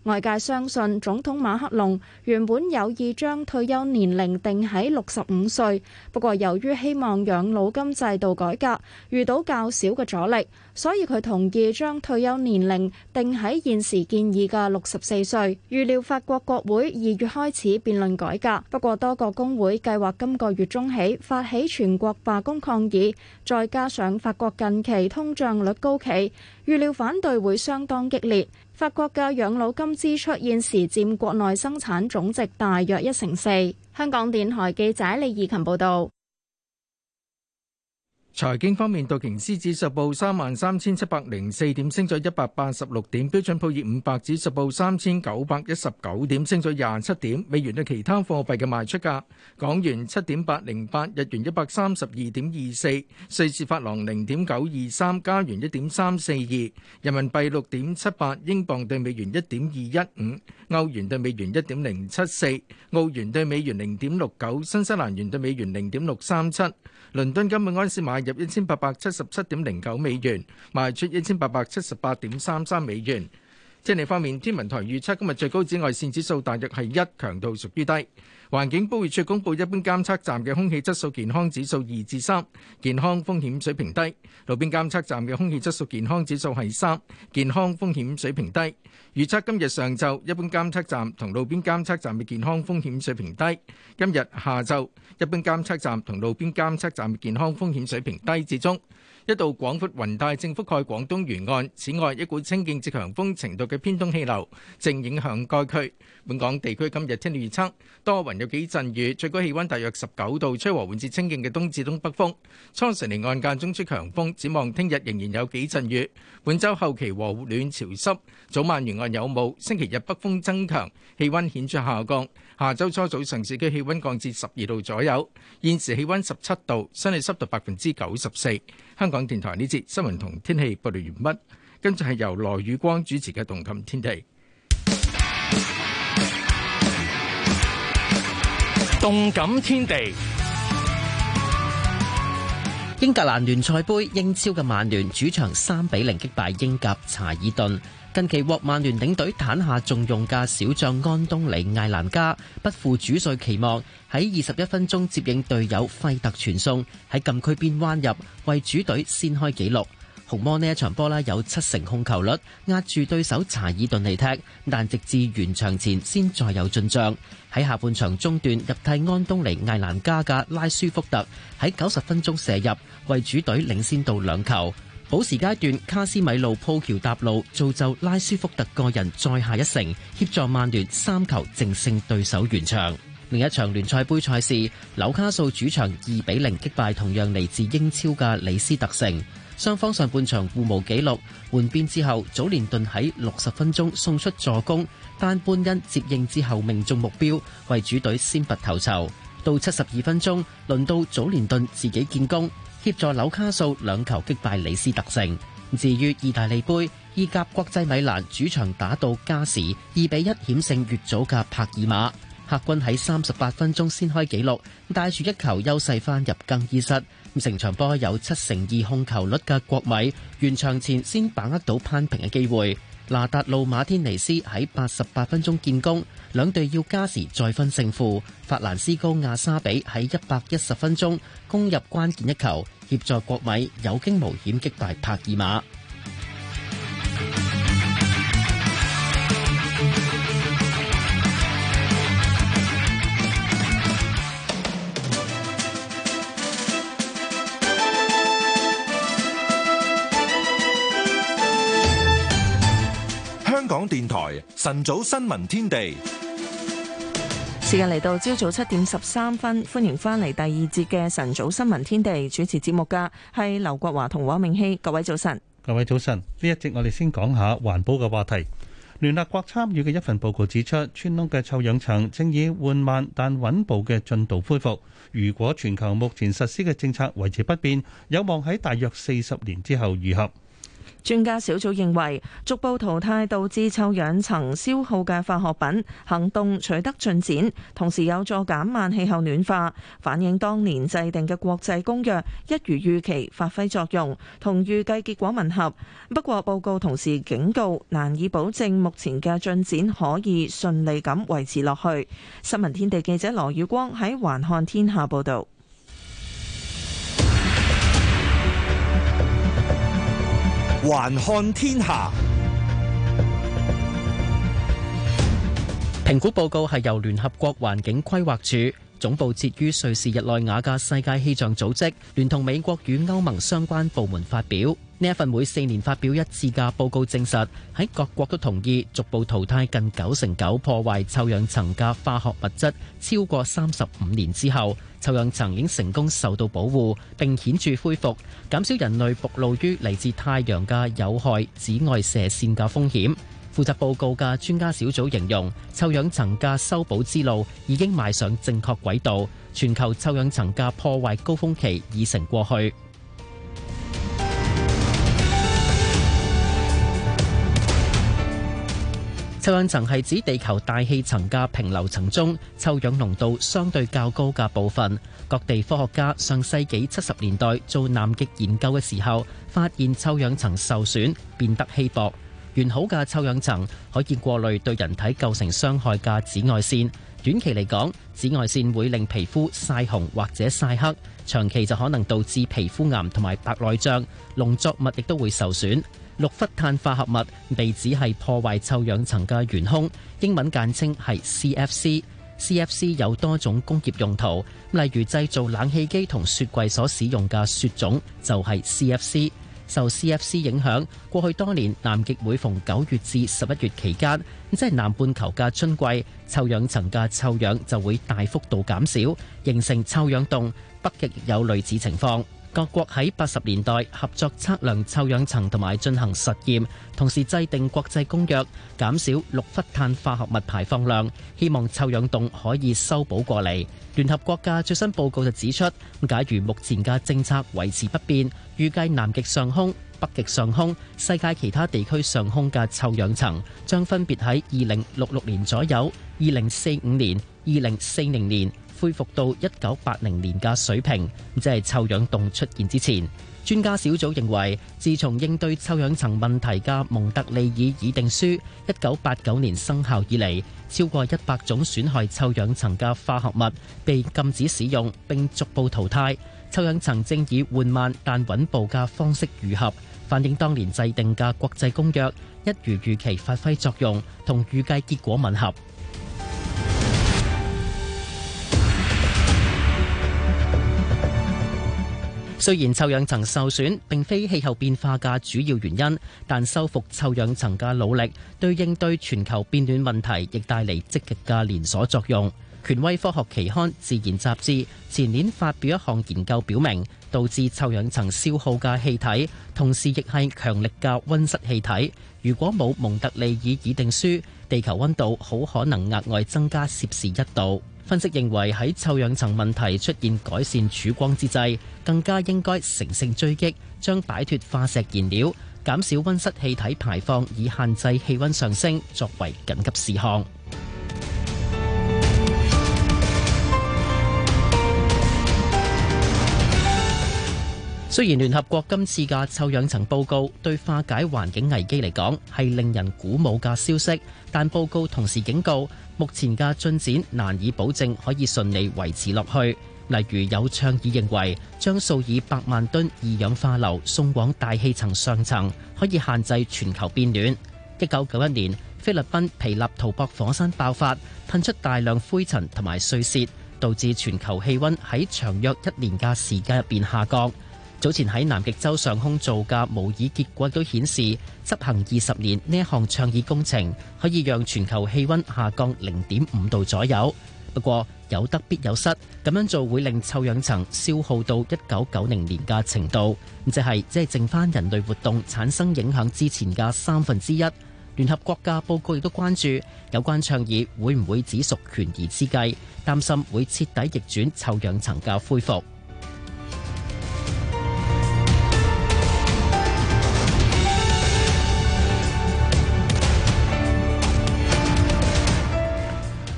外界相信總統馬克龍原本有意將退休年齡定喺六十五歲，不過由於希望養老金制度改革遇到較少嘅阻力，所以佢同意將退休年齡定喺現時建議嘅六十四歲。預料法國國會二月開始辯論改革，不過多個工會計劃今個月中起發起全國罷工抗議，再加上法國近期通脹率高企，預料反對會相當激烈。法國嘅養老金支出現時佔國內生產總值大約一成四。香港電台記者李義勤報道。 財經方面，道瓊斯指數報三萬三千七百零四點，升咗一百八十六點；標準普爾五百指數報三千九百一十九點，升咗廿七點。美元對其他貨幣嘅賣出價：港元七點八零八，日元一百三十二點二四，瑞士法郎零點九二三，加元一點三四二，人民幣六點七八，英鎊對美元一點二一五，歐元對美元一點零七四，澳元對美元零點六九，新西蘭元對美元零點六三七。倫敦金每安士買入一千八百七十七點零九美元，賣出一千八百七十八點三三美元。天氣方面，天文台預測今日最高紫外線指數大約係一，強度屬於低。環境保護署公布一般監測站嘅空氣質素健康指數二至三，健康風險水平低；路邊監測站嘅空氣質素健康指數係三，健康風險水平低。預測今日上晝一般監測站同路邊監測站嘅健康風險水平低，今日下晝一般監測站同路邊監測站嘅健康風險水平低至中。一道廣闊雲帶正覆蓋廣東沿岸，此外一股清勁至強風程度嘅偏東氣流正影響該區。本港地區今日天氣預測，多雲有幾陣雨，最高氣溫大約十九度，吹和緩至清勁嘅東至東北風。初時離岸間中吹強風，展望聽日仍然有幾陣雨。本週後期和暖潮濕，早晚沿岸有霧。星期日北風增強，氣溫顯著下降。下週初早上市區氣溫降至十二度左右，現時氣溫十七度，相對濕度百分之九十四。香港電台呢節新聞同天氣報道完畢，跟住係由羅宇光主持嘅《動感天地》。 動感天地， 英格蘭聯賽盃英超嘅曼聯主場三比零擊敗英甲查爾頓。近期獲曼聯領隊坦下重用嘅小將安東尼艾蘭加不負主帥期望，喺二十一分鐘接應隊友費特傳送，喺禁區邊彎入，為主隊先開紀錄。紅魔呢一場波呢有七成控球率，壓住對手查爾頓嚟踢，但直至完場前先再有進賬。喺下半場中段入替安東尼艾蘭加嘅拉舒福特喺九十分鐘射入，為主隊領先到兩球。補時階段，卡斯米路鋪橋搭路，造就拉舒福特個人再下一城，協助曼聯三球淨勝對手完場。另一場聯賽盃賽事，紐卡素主場二比零擊敗同樣嚟自英超嘅李斯特城。雙方上半場互無紀錄，換邊之後，祖連頓喺六十分鐘送出助攻，但班恩接應之後命中目標，為主隊先拔頭籌。到七十二分鐘，輪到祖連頓自己建功，協助紐卡素兩球擊敗李斯特城。至於意大利盃，意甲國際米蘭主場打到加時，二比一險勝乙組嘅帕爾馬。客軍喺三十八分鐘先開紀錄，帶住一球優勢翻入更衣室。成場波有七成二控球率嘅國米，完場前先把握到扳平嘅機會。拿達路馬天尼斯喺八十八分鐘建功，兩隊要加時再分勝負。法蘭斯高亞沙比喺一百一十分鐘攻入關鍵一球，協助國米有驚無險擊敗帕爾馬。 香港電台晨早新聞天地， 時間嚟到朝早七點十三分，歡迎翻嚟第二節嘅晨早新聞天地。主持節目嘅係劉國華同黃明熙。各位早晨， 各位早晨。呢一節我哋先講下環保嘅話題。聯合國參與嘅一份報告指出，村窿嘅臭氧層正以緩慢但穩步嘅進度恢復。如果全球目前實施嘅政策維持不變，有望喺大約四十年之後愈合。 專家小組認為，逐步淘汰導致臭氧層消耗嘅化學品行動取得進展，同時有助減慢氣候暖化，反映當年制定嘅國際公約一如預期發揮作用，同預計結果吻合。不過報告同時警告，難以保證目前嘅進展可以順利咁維持落去。新聞天地記者羅宇光喺環看天下報道。 環看天下， 評估報告係由聯合國環境規劃署總部設於瑞士日內瓦嘅世界氣象組織，聯同美國與歐盟相關部門發表。呢一份每四年發表一次嘅報告證實，喺各國都同意逐步淘汰近九成九破壞臭氧層嘅化學物質，超過三十五年之後，臭氧層已經成功受到保護，並顯著恢復，減少人類暴露於嚟自太陽嘅有害紫外射線嘅風險。負責報告嘅專家小組形容，臭氧層嘅修補之路已經邁上正確軌道，全球臭氧層嘅破壞高峰期已成過去。臭氧層係指地球大氣層嘅平流層中臭氧濃度相對較高嘅部分。各地科學家上世紀七十年代做南極研究嘅時候，發現臭氧層受損，變得稀薄。完好嘅臭氧層可以過濾對人體構成傷害嘅紫外線。短期嚟講，紫外線會令皮膚曬紅或者曬黑，長期就可能導致皮膚癌同埋白內障。農作物亦都會受損。氯氟碳化合物被指係破壞臭氧層嘅元兇，英文簡稱係 C F C。C F C 有多種工業用途，例如製造冷氣機同雪櫃所使用嘅雪種就係 C F C。受 C F C 影響，過去多年南極每逢九月至十一月期間，即係南半球嘅春季，臭氧層嘅臭氧就會大幅度減少，形成臭氧洞。北極亦有類似情況。各國喺八十年代合作測量臭氧層同埋進行實驗，同時制定國際公約，減少氯氟碳化合物排放量，希望臭氧洞可以修補過嚟。聯合國嘅最新報告就指出，假如目前嘅政策維持不變，預計南極上空、北極上空、世界其他地區上空嘅臭氧層將分別喺二零六六年左右、二零四五年、二零四零年恢復到一九八零年嘅水平，即係臭氧洞出現之前。專家小組認為，自從應對臭氧層問題嘅蒙特利爾議定書一九八九年生效以嚟，超過一百種損害臭氧層嘅化學物被禁止使用並逐步淘汰。臭氧層正以緩慢但穩步嘅方式愈合，反映當年制定嘅國際公約一如預期發揮作用，同預計結果吻合。雖然臭氧層受損並非氣候變化嘅主要原因，但修復臭氧層嘅努力對應對全球變暖問題亦帶嚟積極嘅連鎖作用。權威科學期刊《自然》雜誌前年發表一項研究，表明導致臭氧層消耗嘅氣體，同時亦係強力嘅溫室氣體。如果冇蒙特利爾議定書，地球溫度好可能額外增加攝氏一度。分析認為，喺臭氧層問題出現改善曙光之際，更加應該乘勝追擊，將擺脫化石燃料、減少溫室氣體排放以限制氣溫上升作為緊急事項。雖然聯合國今次嘅臭氧層報告對化解環境危機嚟講係令人鼓舞嘅消息，但報告同時警告，目前嘅進展難以保證可以順利維持落去。例如有倡議認為，將數以百萬噸二氧化硫送往大氣層上層，可以限制全球變暖。一九九一年，菲律賓皮納圖博火山爆發，噴出大量灰塵同埋碎屑，導致全球氣溫喺長約一年嘅時間入邊下降。早前喺南極洲上空做嘅模擬結果都顯示，執行二十年呢一項倡議工程，可以讓全球氣溫下降零點五度左右。不過有得必有失，咁樣做會令臭氧層消耗到一九九零年嘅程度，即係即係剩翻人類活動產生影響之前嘅三分之一。聯合國嘅報告亦都關注有關倡議會唔會只屬權宜之計，擔心會徹底逆轉臭氧層嘅恢復。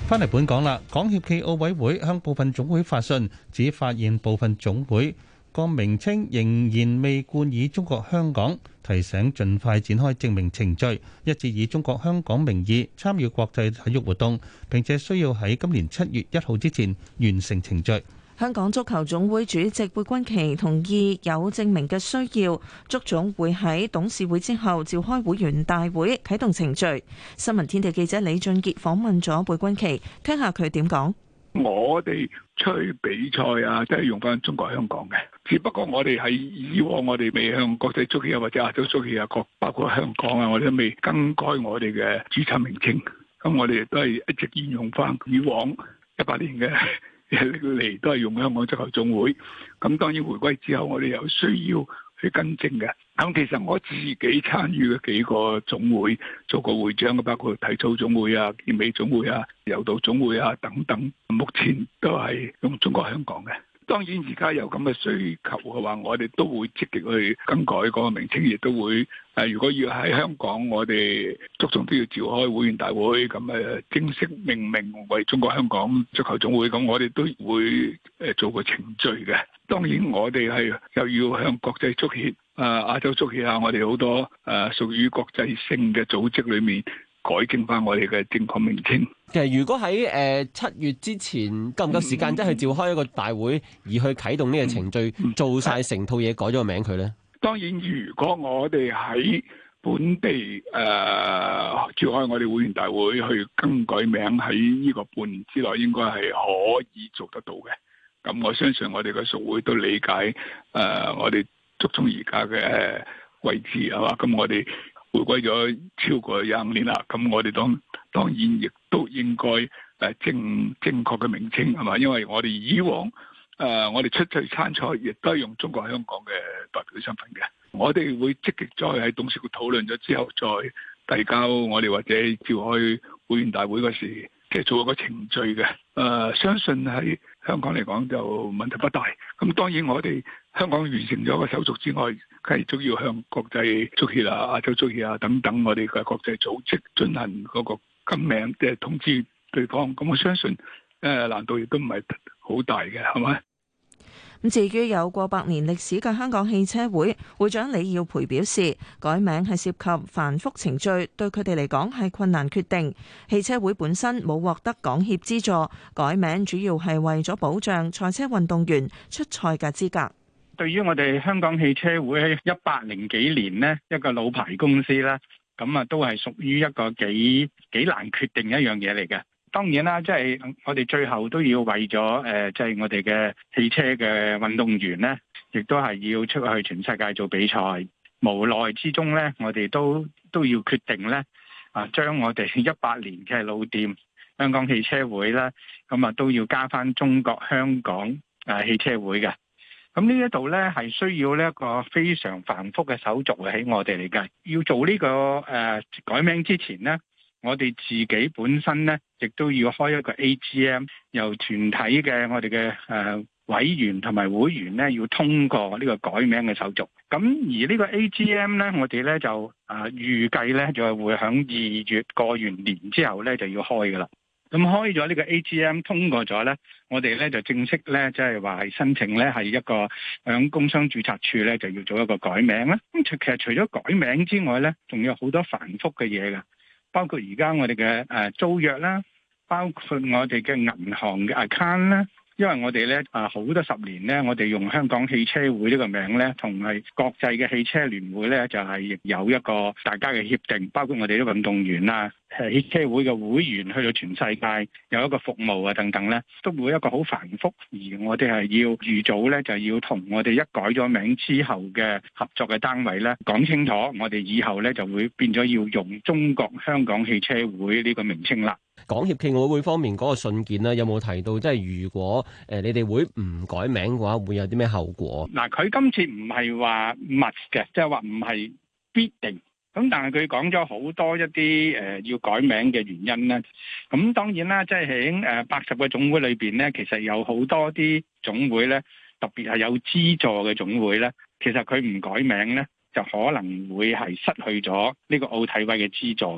翻嚟本港啦，港協暨奧委會向部分總會發信，指發現部分總會個名稱仍然未冠以中國香港，提醒盡快展開證明程序，一致以中國香港名義參與國際體育活動，並且需要喺今年七月一號之前完成程序。 香港足球總會主席貝鈞奇同意有證明嘅需要，足總會喺董事會之後召開會員大會啟動程序。新聞天地記者李俊傑訪問咗貝鈞奇，聽下佢點講。 我哋出去比賽啊，都係用翻中國香港嘅，只不過我哋喺以往我哋未向國際足協或者亞洲足協啊，各包括香港啊，我哋都未更改我哋嘅註冊名稱。咁我哋都係一直沿用翻以往一百年嘅嚟，都係用香港足球總會。咁當然回歸之後，我哋有需要去更正嘅。咁其實我自己參與嘅幾個總會做過會長嘅，包括體操總會啊、健美總會啊、柔道總會啊等等，目前都係用中國香港嘅。當然而家有咁嘅需求嘅話，我哋都會積極去更改嗰個名稱，亦都會誒，如果要喺香港，我哋足總都要召開會員大會，咁誒正式命名為中國香港足球總會，咁我哋都會誒做個程序嘅。當然我哋係又要向國際足協、誒亞洲足協啊，我哋好多誒屬於國際性嘅組織裏面改正翻我哋嘅正確名稱。 其實如果喺誒七月之前夠唔夠時間，即係去召開一個大會，而去啟動呢個程序，嗯嗯、做晒成套嘢，改咗個名佢咧？ 當然，如果我哋喺本地誒、呃、召開我哋會員大會去更改名，喺呢個半年之內，應該係可以做得到嘅。咁我相信我哋嘅屬會都理解誒、呃，我哋足總而家嘅位置係嘛？咁我哋回歸咗超過廿五年啦，咁我哋當當然亦都應該誒正正確嘅名稱係嘛？因為我哋以往誒、呃、我哋出去參賽，亦都係用中國香港嘅代表身份嘅。我哋會積極再喺董事局討論咗之後，再遞交我哋或者召開會員大會嗰時，即係做一個程序嘅。誒、呃，相信喺香港嚟講就問題不大。咁當然我哋香港完成咗個手續之外，繼續要向國際足協啊、亞洲足協啊等等我哋嘅國際組織進行嗰個更名，即係通知對方。咁我相信誒難度亦都唔係好大嘅，係咪？ 咁至於有過百年歷史嘅香港汽車會會長李耀培表示，改名係涉及繁複程序，對佢哋嚟講係困難決定。汽車會本身冇獲得港協資助，改名主要係為咗保障賽車運動員出賽嘅資格。 對於我哋香港汽車會喺一百零幾年呢，一個老牌公司啦，咁啊都係屬於一個幾幾難決定一樣嘢嚟嘅。當然啦，即係我哋最後都要為咗誒，即係我哋嘅汽車嘅運動員呢，亦都係要出去全世界做比賽。無奈之中呢，我哋都都要決定呢，啊，將我哋一百年嘅老店香港汽車會呢，咁啊都要加翻中國香港誒汽車會嘅。咁呢一度呢，係需要呢一個非常繁複嘅手續喺我哋嚟計。要做呢個誒改名之前呢，我哋自己本身呢，亦都要開一個 A G M， 由團體嘅我哋嘅誒委員同埋會員呢，要通過呢個改名嘅手續。咁而呢個 A G M 呢，我哋呢就誒預計呢，就係會響二月過完年之後呢，就要開噶啦。咁開咗呢個 A G M 通過咗呢，我哋呢就正式呢，即係話係申請呢，係一個響工商註冊處呢，就要做一個改名啦。咁其實除咗改名之外呢，仲有好多繁複嘅嘢㗎。包括而家我哋嘅誒租約啦，包括我哋嘅銀行嘅 account 啦，因為我哋咧啊好多十年咧，我哋用香港汽車會呢個名咧，同係國際嘅汽車聯會咧，就係亦有一個大家嘅協定，包括我哋啲運動員啊，誒汽車會嘅會員去到全世界有一個服務啊等等咧，都會一個好繁複，而我哋係要預早咧，就要同我哋一改咗名之後嘅合作嘅單位咧講清楚，我哋以後咧就會變咗要用中國香港汽車會呢個名稱啦。 港協暨奧委會方面嗰個信件咧，有冇提到即係如果誒你哋會唔改名嘅話，會有啲咩後果？ 嗱，佢今次唔係話密嘅，即係話唔係必定。咁但係佢講咗好多一啲誒、呃、要改名嘅原因咧。咁當然啦，即係喺誒八十個總會裏邊咧，其實有好多啲總會咧，特別係有資助嘅總會咧，其實佢唔改名咧，就可能會係失去咗呢個奧體委嘅資助嘅。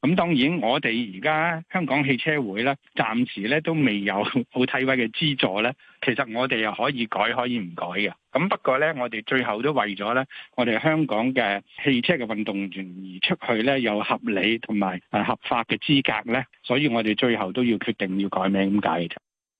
咁當然我哋而家香港汽車會咧，暫時咧都未有好體委嘅資助咧。其實我哋又可以改，可以唔改嘅。咁不過咧，我哋最後都為咗咧，我哋香港嘅汽車嘅運動員而出去咧，有合理同埋誒合法嘅資格咧，所以我哋最後都要決定要改名咁解嘅啫。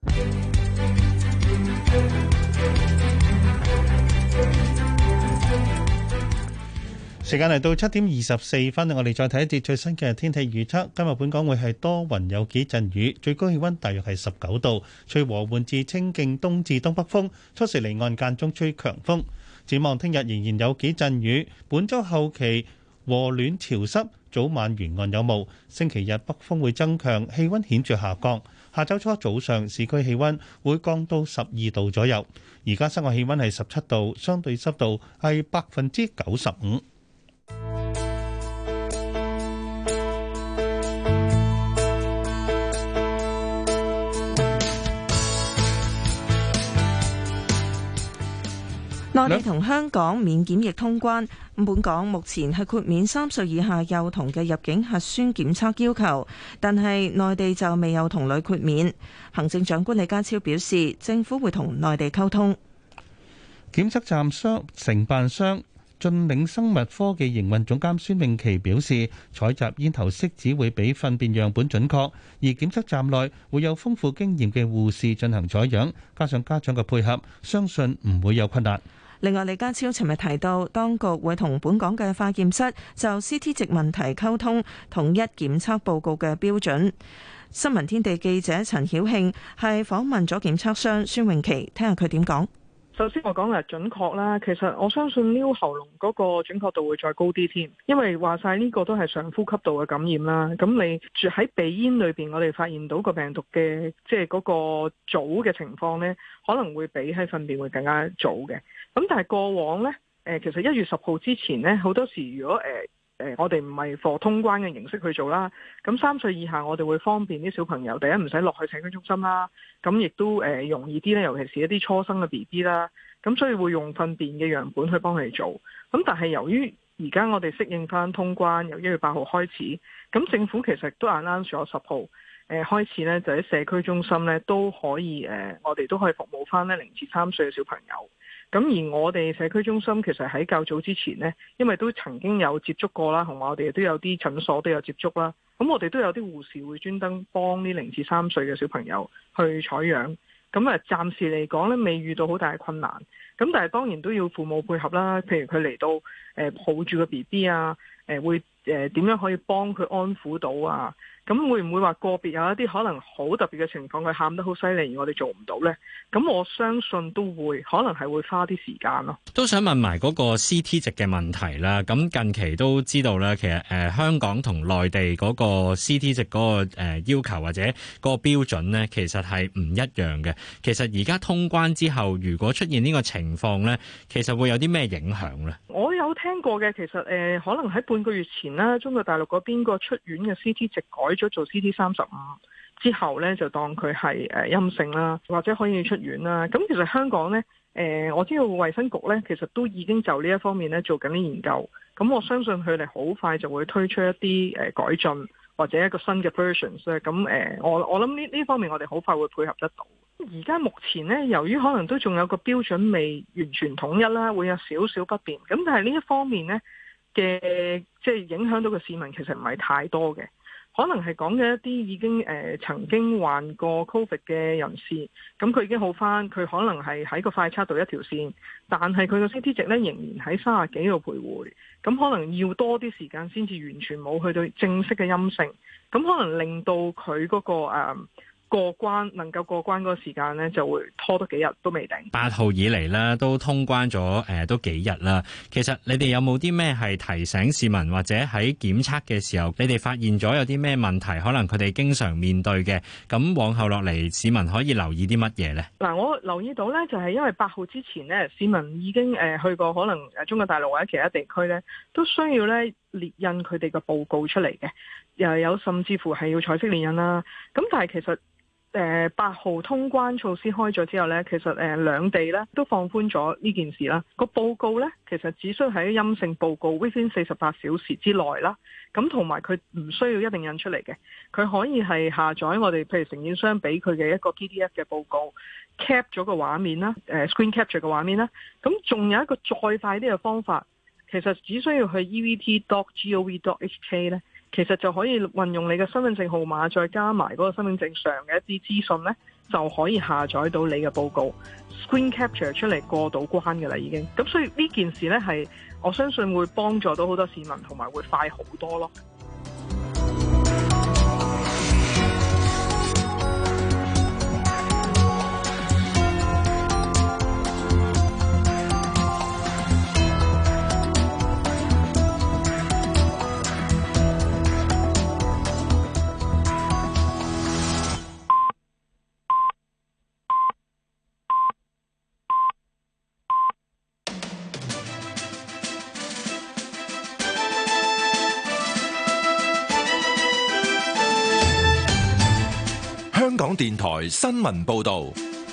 時間嚟到七點二十四分，我哋再睇一節最新嘅天氣預測。今日本港會係多雲有幾陣雨，最高氣溫大約係十九度，吹和緩至清勁東至東北風，初時離岸間中吹強風。展望聽日仍然有幾陣雨，本週後期和暖潮濕，早晚沿岸有霧。星期日北風會增強，氣溫顯著下降。下週初早上市區氣溫會降到十二度左右。而家室外氣溫係十七度，相對濕度係百分之九十五。 內地同香港免檢疫通關，本港目前係豁免三歲以下幼童嘅入境核酸檢測要求，但係內地就未有同類豁免。行政長官李家超表示，政府會同內地溝通。 檢測站商承辦商晉領生物科技營運總監孫明琪表示，採集咽頭拭子會比糞便樣本準確，而檢測站內會有豐富經驗嘅護士進行採樣，加上家長嘅配合，相信唔會有困難。 另外，李家超尋日提到，當局會同本港嘅化驗室就 C T 值問題溝通，統一檢測報告嘅標準。新聞天地記者陳曉慶係訪問咗檢測商孫永琪，聽下佢點講。 首先我講係準確啦，其實我相信撩喉嚨嗰個準確度會再高啲添，因為話晒呢個都係上呼吸道嘅感染啦。咁你住喺鼻咽裏邊，我哋發現到個病毒嘅即係嗰個早嘅情況呢，可能會比喺糞便會更加早嘅。咁但係過往呢，誒其實一月十號之前呢，好多時如果誒。誒、呃，我哋唔係貨通關嘅形式去做啦。咁三歲以下，我哋會方便啲小朋友，第一唔使落去社區中心啦。咁亦都誒、呃、容易啲咧，尤其是一啲初生嘅 B B 啦。咁所以會用糞便嘅樣本去幫佢哋做。咁但係由於而家我哋適應翻通關，由一月八號開始，咁政府其實都 announce 咗十號誒開始咧，就喺社區中心咧都可以誒、呃，我哋都可以服務翻咧零至三歲嘅小朋友。咁而我哋社區中心其實喺較早之前呢，因為都曾經有接觸過啦，同埋我哋都有啲診所都有接觸啦。咁我哋都有啲護士會專登幫啲零至三歲嘅小朋友去採樣。咁啊，暫時嚟講呢，未遇到好大嘅困難。咁但係當然都要父母配合啦。譬如佢嚟到誒抱住個 B B 啊，誒會誒點樣可以幫佢安撫到啊？咁會唔會話個別有一啲可能好特別嘅情況，佢喊得好犀利，而我哋做唔到呢？咁我相信都會，可能係會花啲時間咯。 都想問埋嗰個 C T 值嘅問題啦。咁近期都知道啦，其實誒、呃、香港同內地嗰個 C T 值嗰、那個誒、呃、要求或者嗰個標準呢，其實係唔一樣嘅。其實而家通關之後，如果出現呢個情況呢，其實會有啲咩影響呢？ 我有聽過嘅，其實誒、呃、可能喺半個月前啦，中國大陸嗰邊個出院嘅 C T 值改咗做 C T 三十五之後呢，就當佢係誒陰性啦，或者可以出院啦。咁其實香港呢，誒、呃、我知道衛生局呢，其實都已經就呢一方面呢做緊啲研究。咁我相信佢哋好快就會推出一啲誒改進或者一個新嘅 versions 咧。咁誒我我諗呢呢方面我哋好快會配合得到。而家目前呢，由於可能都仲有個標準未完全統一啦，會有少少不便。咁但係呢一方面呢嘅即係影響到嘅市民其實唔係太多嘅。可能係講嘅一啲已經誒、呃、曾經患過 Covid 嘅人士，咁佢已經好返，佢可能係喺個快測度一條線，但係佢個 C T 值咧仍然喺三十幾度徘徊，咁可能要多啲時間先至完全冇去到正式嘅陰性，咁可能令到佢嗰、嗰個誒。呃過關能夠過關嗰個時間呢，就會拖多幾日都未定。 八號以嚟啦，都通關咗誒、呃，都幾日啦。其實你哋有冇啲咩係提醒市民，或者喺檢測嘅時候，你哋發現咗有啲咩問題，可能佢哋經常面對嘅，咁往後落嚟，市民可以留意啲乜嘢呢？嗱，我留意到呢，就係因為八號之前呢，市民已經誒去過可能誒中國大陸或者其他地區呢，都需要呢列印佢哋嘅報告出嚟嘅，又有甚至乎係要彩色列印啦。咁但係其實誒八號通關措施開咗之後呢，其實誒兩地呢都放寬咗呢件事啦。個報告呢，其實只需喺陰性報告 within 四十八小時之內啦。咁同埋佢唔需要一定印出嚟嘅，佢可以係下載我哋譬如承建商俾佢嘅一個 P D F 嘅報告 ，cap 咗個畫面啦，誒 screen capture 嘅畫面啦。咁仲有一個再快啲嘅方法，其實只需要去 e v t dot gov dot h k 呢。其實就可以運用你嘅身份證號碼，再加埋嗰個身份證上嘅一啲資訊呢，就可以下載到你嘅報告 ，screen capture 出嚟過到關嘅啦已經。咁所以呢件事呢，係我相信會幫助到好多市民，同埋會快好多咯。 香港電台新聞報道。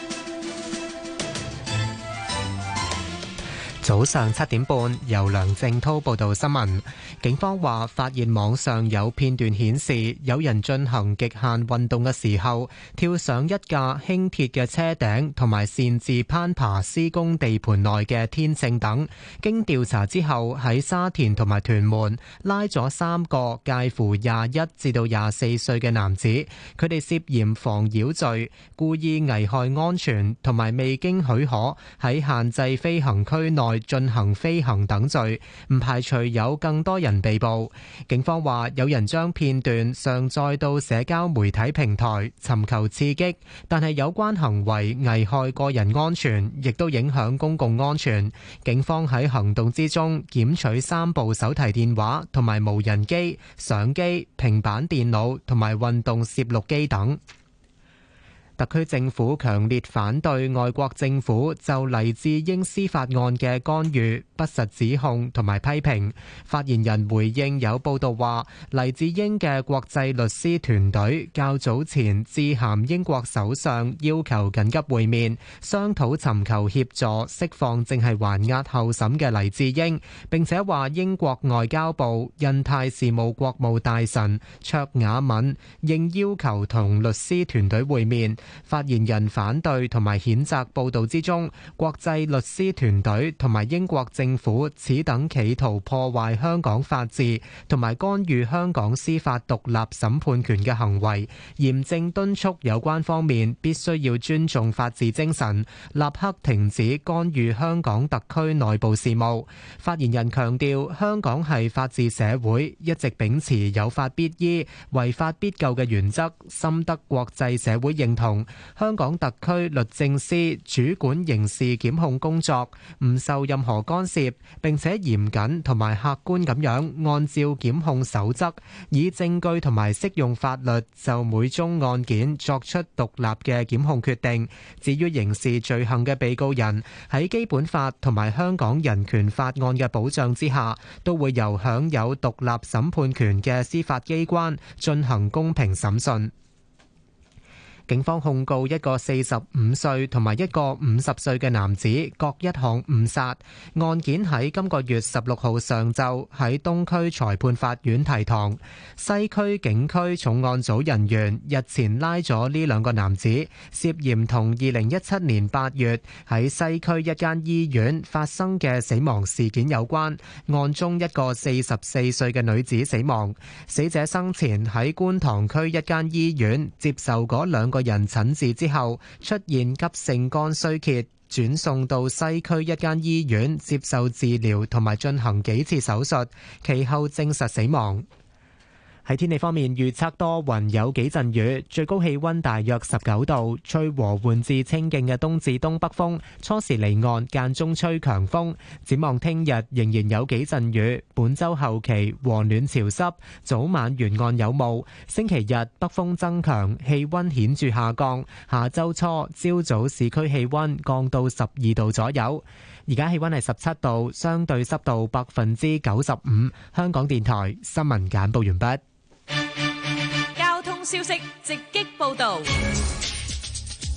早上七點半，由梁正滔報道新聞。警方話發現網上有片段顯示，有人進行極限運動嘅時候，跳上一架輕鐵嘅車頂，同埋擅自攀爬施工地盤內嘅天秤等。經調查之後，喺沙田同埋屯門拉咗三個介乎廿一至到廿四歲嘅男子，佢哋涉嫌妨擾罪、故意危害安全同埋未經許可喺限制飛行區內進行飛行等罪，唔排除有更多人被捕。警方話有人將片段上載到社交媒體平台，尋求刺激，但係有關行為危害個人安全，亦都影響公共安全。警方喺行動之中檢取三部手提電話同埋無人機、相機、平板電腦同埋運動攝錄機等。特區政府強烈反對外國政府就黎智英司法案嘅干預、不實指控同埋批評。發言人回應有報道話，黎智英嘅國際律師團隊較早前致函英國首相，要求緊急會面，商討尋求協助釋放正係還押候審嘅黎智英。並且話英國外交部印太事務國務大臣卓雅敏應要求同律師團隊會面。發言人反對同埋譴責報道之中國際律師團隊同埋英國政府此等企圖破壞香港法治同埋干預香港司法獨立審判權嘅行為，嚴正敦促有關方面必須要尊重法治精神，立刻停止干預香港特區內部事務。發言人強調，香港係法治社會，一直秉持有法必依、違法必究嘅原則，深得國際社會認同。香港特區律政司主管刑事檢控工作，唔受任何干涉，並且嚴謹同埋客觀咁樣按照檢控守則，以證據同埋適用法律就每宗案件作出獨立嘅檢控決定。至於刑事罪行嘅被告人，喺基本法同埋香港人權法案嘅保障之下，都會由享有獨立審判權嘅司法機關進行公平審訊。警方控告一個四十五歲同埋一個五十歲嘅男子各一項誤殺案件，喺今個月十六號上晝喺東區裁判法院提堂。西區警區重案組人員日前拉咗呢兩個男子，涉嫌同二零一七年八月喺西區一間醫院發生嘅死亡事件有關。案中一個四十四歲嘅女子死亡，死者生前喺觀塘區一間醫院接受嗰兩個人診治之後出現急性肝衰竭，轉送到西區一間醫院接受治療同埋進行幾次手術，其後證實死亡。喺天氣方面，預測多雲有幾陣雨，最高氣溫大約十九度，吹和緩至清勁嘅東至東北風，初時離岸，間中吹強風。展望聽日仍然有幾陣雨，本周後期和暖潮濕，早晚沿岸有霧。星期日北風增強，氣溫顯著下降。下周初朝早市區氣溫降到十二度左右。而家氣溫係十七度，相對濕度百分之九十五。香港電台新聞簡報完畢。 交通消息直擊報道。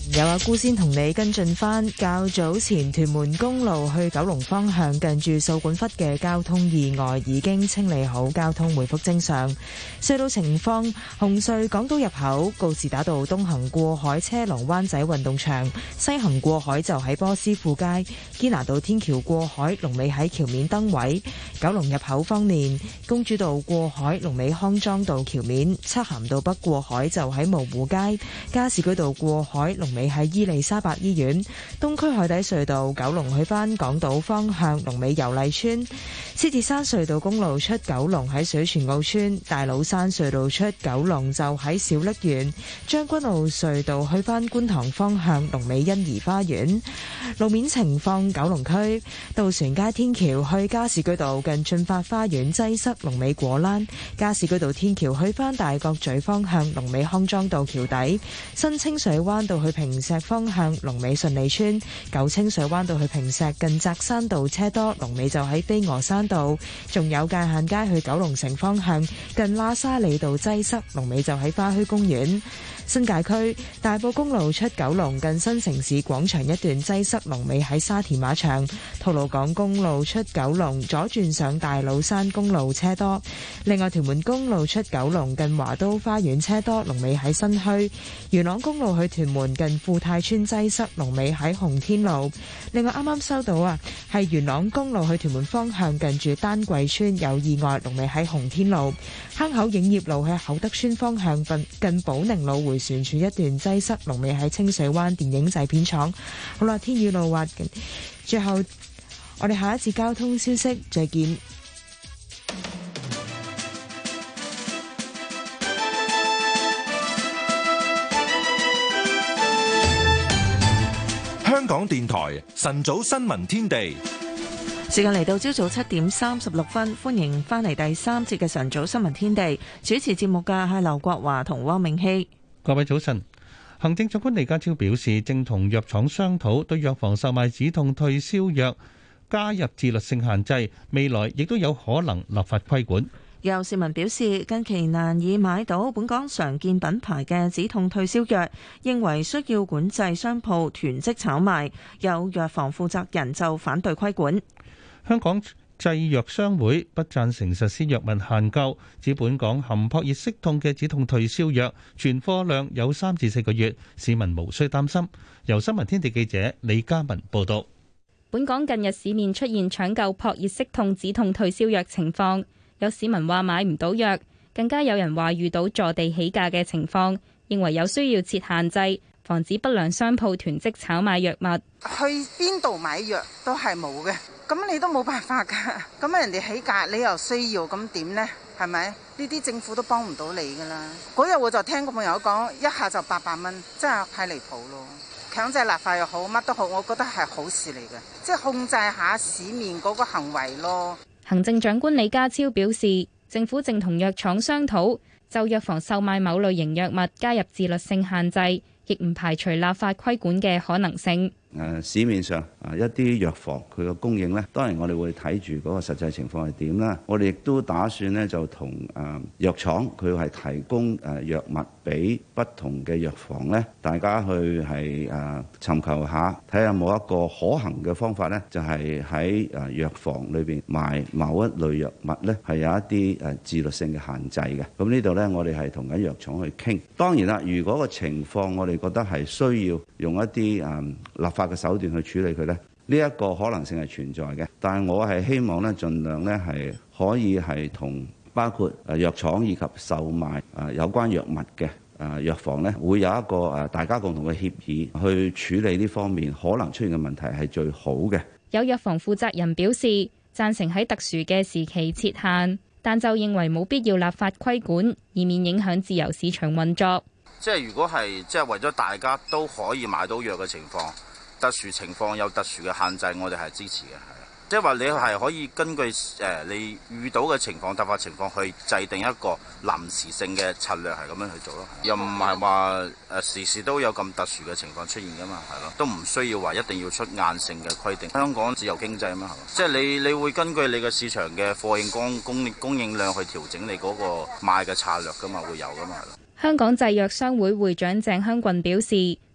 有阿姑先同你跟進返較早前屯門公路去九龍方向近住掃管笏嘅交通意外已經清理好，交通回復正常。隧道情況：紅隧港島入口告士打道東行過海車龍灣仔運動場，西行過海就喺波斯富街堅拿道天橋過海龍尾喺橋面燈位。九龍入口方面，公主道過海龍尾康莊道橋面，漆咸道北過海就喺蕪湖街，加士居道過海龍尾喺伊利沙伯醫院。東區海底隧道九龍去返港島方向龍尾油麗邨。獅子山隧道公路出九龍喺水泉澳村，大老山隧道出九龍就喺小瀝源。將軍澳隧道去返觀塘方向龍尾欣怡花園。路面情況：九龍區渡船街天橋去加士居道近駿發花園擠塞，龍尾果欄；加士居道天橋去返大角咀方向龍尾康莊道橋底。新清水灣道去坪石方向龍尾順利村。舊清水灣道去坪石近扎山道車多，龍尾就喺飛鵝山道。仲有界限街去九龍城方向近喇沙利道擠塞，龍尾就喺花墟公園。新界區大埔公路出九龍近新城市廣場一段擠塞，龍尾喺沙田馬場。吐露港公路出九龍左轉上大老山公路車多。另外屯門公路出九龍近華都花園車多，龍尾喺新墟。元朗公路去屯門近富泰村擠塞，龍尾喺洪天路。另外啱啱收到啊，係元朗公路去屯門方向近住丹桂村有意外，龍尾喺洪天路。坑口影業路去厚德村方向近近寶寧路回旋處一段擠塞，龍尾喺清水灣電影製片廠。好啦，天雨路滑，最後我哋下一次交通消息再見。 香港電台晨早新聞天地。 時間嚟到朝早七點三十六分，歡迎翻嚟第三節嘅晨早新聞天地。主持節目嘅係劉國華同汪明熙。 各位早晨。行政長官李家超表示，正同藥廠商討對藥房售賣止痛退燒藥加入自律性限制，未來亦都有可能立法規管。 有市民表示，近期難以買到本港常見品牌嘅止痛退燒藥，認為需要管制商鋪囤積炒賣。有藥房負責人就反對規管。 香港製藥商會不贊成實施藥物限購，指本港含撲熱息痛嘅止痛退燒藥存貨量有三至四個月，市民無需擔心。由新聞天地記者李嘉文報道。 本港近日市面出現搶購撲熱息痛止痛退燒藥情況，有市民話買唔到藥，更加有人話遇到坐地起價嘅情況，認為有需要設限制，防止不良商鋪囤積炒賣藥物。 去邊度買藥都係冇嘅，咁你都冇辦法噶。咁人哋起價，你又需要，咁點呢？係咪？呢啲政府都幫唔到你噶啦。嗰日我就聽個朋友講，一下就八百蚊，真係太離譜咯。強制立法又好，乜都好，我覺得係好事嚟嘅，即係控制下市面嗰個行為咯。 行政長官李家超表示，政府正同藥廠商討就藥房售賣某類型藥物加入自律性限制，亦唔排除立法規管嘅可能性。 誒市面上啊一啲藥房佢嘅供應呢，當然我哋會睇住嗰個實際情況係點啦。我哋亦都打算呢，就同誒藥廠佢係提供誒藥物俾不同嘅藥房呢，大家去係誒尋求下，睇下冇一個可行嘅方法呢，就係喺誒藥房裏邊賣某一類藥物呢，係有一啲誒自律性嘅限制嘅。咁呢度呢，我哋係同緊藥廠去傾。當然啦，如果個情況我哋覺得係需要用一啲誒立法嘅手段去處理佢呢，呢一個可能性係存在嘅。但係我係希望呢，盡量呢係可以係同包括誒藥廠以及售賣誒有關藥物嘅誒藥房呢，會有一個誒大家共同嘅協議去處理呢方面可能出現嘅問題係最好嘅。 有藥房負責人表示，贊成喺特殊嘅時期設限，但就認為冇必要立法規管，以免影響自由市場運作。 即係如果係即係為咗大家都可以買到藥嘅情況，特殊情況有特殊嘅限制，我哋係支持嘅。係即係話你係可以根據誒、呃、你遇到嘅情況、突發情況去制定一個臨時性嘅策略，係咁樣去做咯。又唔係話誒時時都有咁特殊嘅情況出現㗎嘛，係咯，都唔需要話一定要出硬性嘅規定。香港自由經濟啊嘛，係嘛，即係你你會根據你嘅市場嘅貨應供供供應量去調整你嗰個賣嘅策略㗎嘛，會有㗎嘛，係咯。 香港製藥商會會長鄭香郡表示，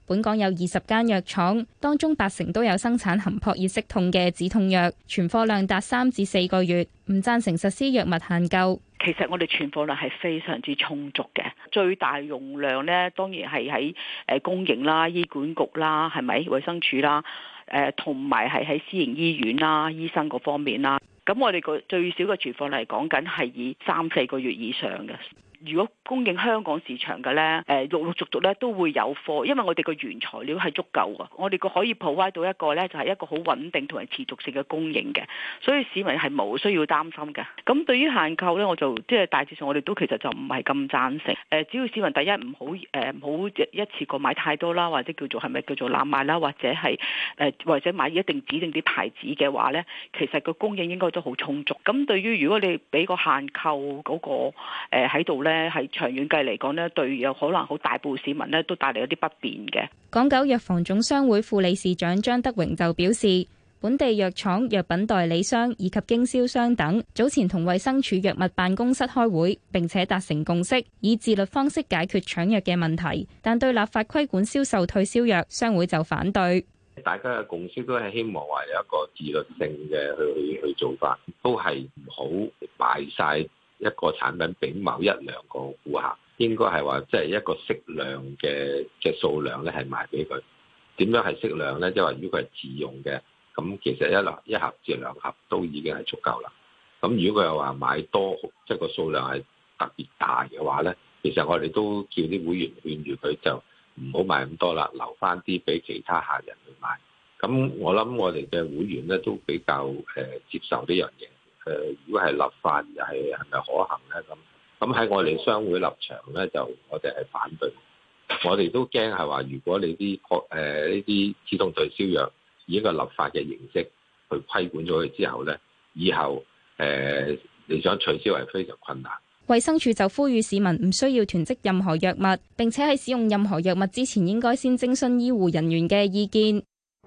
本港有二十間藥廠，當中八成都有生產含撲熱息痛嘅止痛藥，存貨量達三至四個月。唔贊成實施藥物限購。 其實我哋存貨量係非常之充足嘅，最大用量呢，當然係喺誒公營啦、醫管局啦，係咪衛生署啦，誒同埋係喺私營醫院啦、醫生嗰方面啦。咁我哋個最少嘅存貨量嚟講緊係以三四個月以上嘅。如果供應香港市場嘅咧，誒陸陸續續咧都會有貨，因為我哋個原材料係足夠嘅，我哋個可以 provide 到一個咧就係一個好穩定同埋持續性嘅供應嘅，所以市民係冇需要擔心嘅。咁對於限購咧，我就即係大致上我哋都其實就唔係咁贊成。誒，只要市民第一唔好誒唔好一次過買太多啦，或者叫做係咪叫做濫買啦，或者係誒或者買一定指定啲牌子嘅話咧，其實個供應應該都好充足。咁對於如果你俾個限購嗰個誒喺度咧，係長遠計嚟講呢，對有可能好大部分市民呢都帶嚟一啲不便嘅。 港九藥房總商會副理事長張德榮就表示，本地藥廠、藥品代理商以及經銷商等早前同衛生署藥物辦公室開會，並且達成共識，以自律方式解決搶藥嘅問題。但對立法規管銷售退燒藥，商會就反對。 大家嘅共識都係希望話有一個自律性嘅去去去做法，都係唔好賣晒一個產品俾某一兩個顧客，應該係話即係一個適量嘅嘅數量咧，係賣俾佢。點樣係適量咧？即係話如果佢係自用嘅，咁其實一粒一盒至兩盒都已經係足夠啦。咁如果佢又話買多，即係個數量係特別大嘅話咧，其實我哋都叫啲會員勸住佢就唔好買咁多啦，留翻啲俾其他客人去買。咁我諗我哋嘅會員咧都比較誒、呃、接受呢樣嘢。誒，如果係立法又係係咪可行咧？咁咁喺我哋商會立場咧，就我哋係反對。我哋都驚係話，如果你啲誒呢啲止痛退燒藥以一個立法嘅形式去規管咗佢之後咧，以後誒、呃、你想取消係非常困難。 衛生署就呼籲市民唔需要囤積任何藥物，並且喺使用任何藥物之前，應該先徵詢醫護人員嘅意見。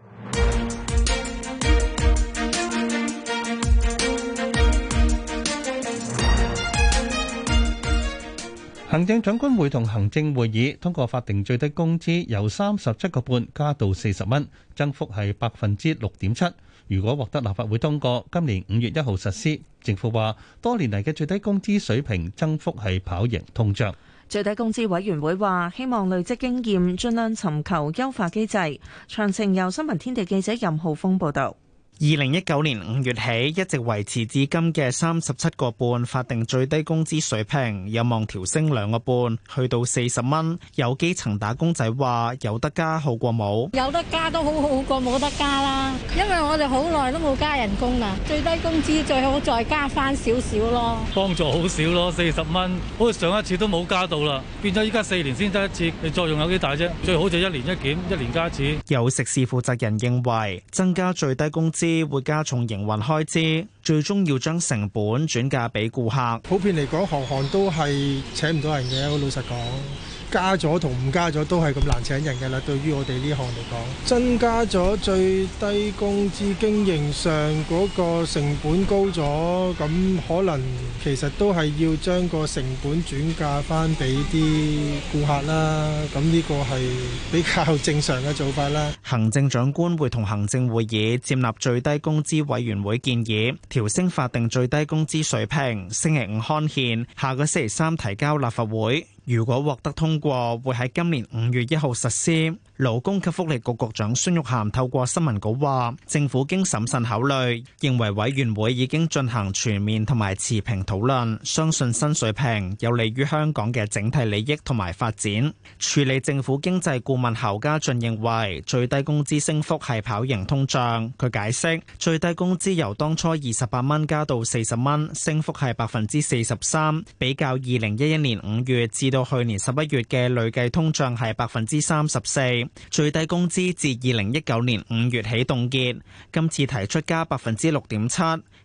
行政長官會同行政會議通過法定最低工資由三十七個半加到四十蚊，增幅係百分之六點七。如果獲得立法會通過，今年五月一號實施。政府話多年嚟嘅最低工資水平增幅係跑贏通脹。 最低工資委員會話希望累積經驗，盡量尋求優化機制。詳情由新聞天地記者任浩峰報導。 二零一九年五月起一直維持至今嘅三十七個半法定最低工資水平，有望調升兩個半，去到四十蚊。有基層打工仔話有得加好過冇， 有得加都好好過冇得加啦。因為我哋好耐都冇加人工啦，最低工資最好再加翻少少咯。 幫助好少咯，四十蚊，好似上一次都冇加到啦，變咗依家四年先得一次，你作用有幾大啫？最好就一年一檢，一年加一次。 有食肆負責人認為增加最低工資會加重營運開支，最終要將成本轉嫁俾顧客。 普遍嚟講，行行都係請唔到人嘅。我老實講，加咗同唔加咗都係咁難請人嘅啦。對於我哋呢行嚟講，增加咗最低工資，經營上嗰個成本高咗，咁可能其實都係要將個成本轉嫁翻俾啲顧客啦。咁呢個係比較正常嘅做法啦。 行政長官會同行政會議接納最低工資委員會建議，調升法定最低工資水平。星期五刊憲，下個星期三提交立法會。如果獲得通過，會喺今年五月一號實施。勞工及福利局局長孫玉菡透過新聞稿話，政府經審慎考慮，認為委員會已經進行全面同埋持平討論，相信新水平有利於香港嘅整體利益同埋發展。處理政府經濟顧問侯家俊認為，最低工資升幅係跑贏通脹。佢解釋，最低工資由當初二十八蚊加到四十蚊，升幅係百分之四十三，比較二零一一年五月至到去年十一月嘅累計通脹係百分之三十四。最低工資自二零一九年五月起凍結，今次提出加百分之六點七。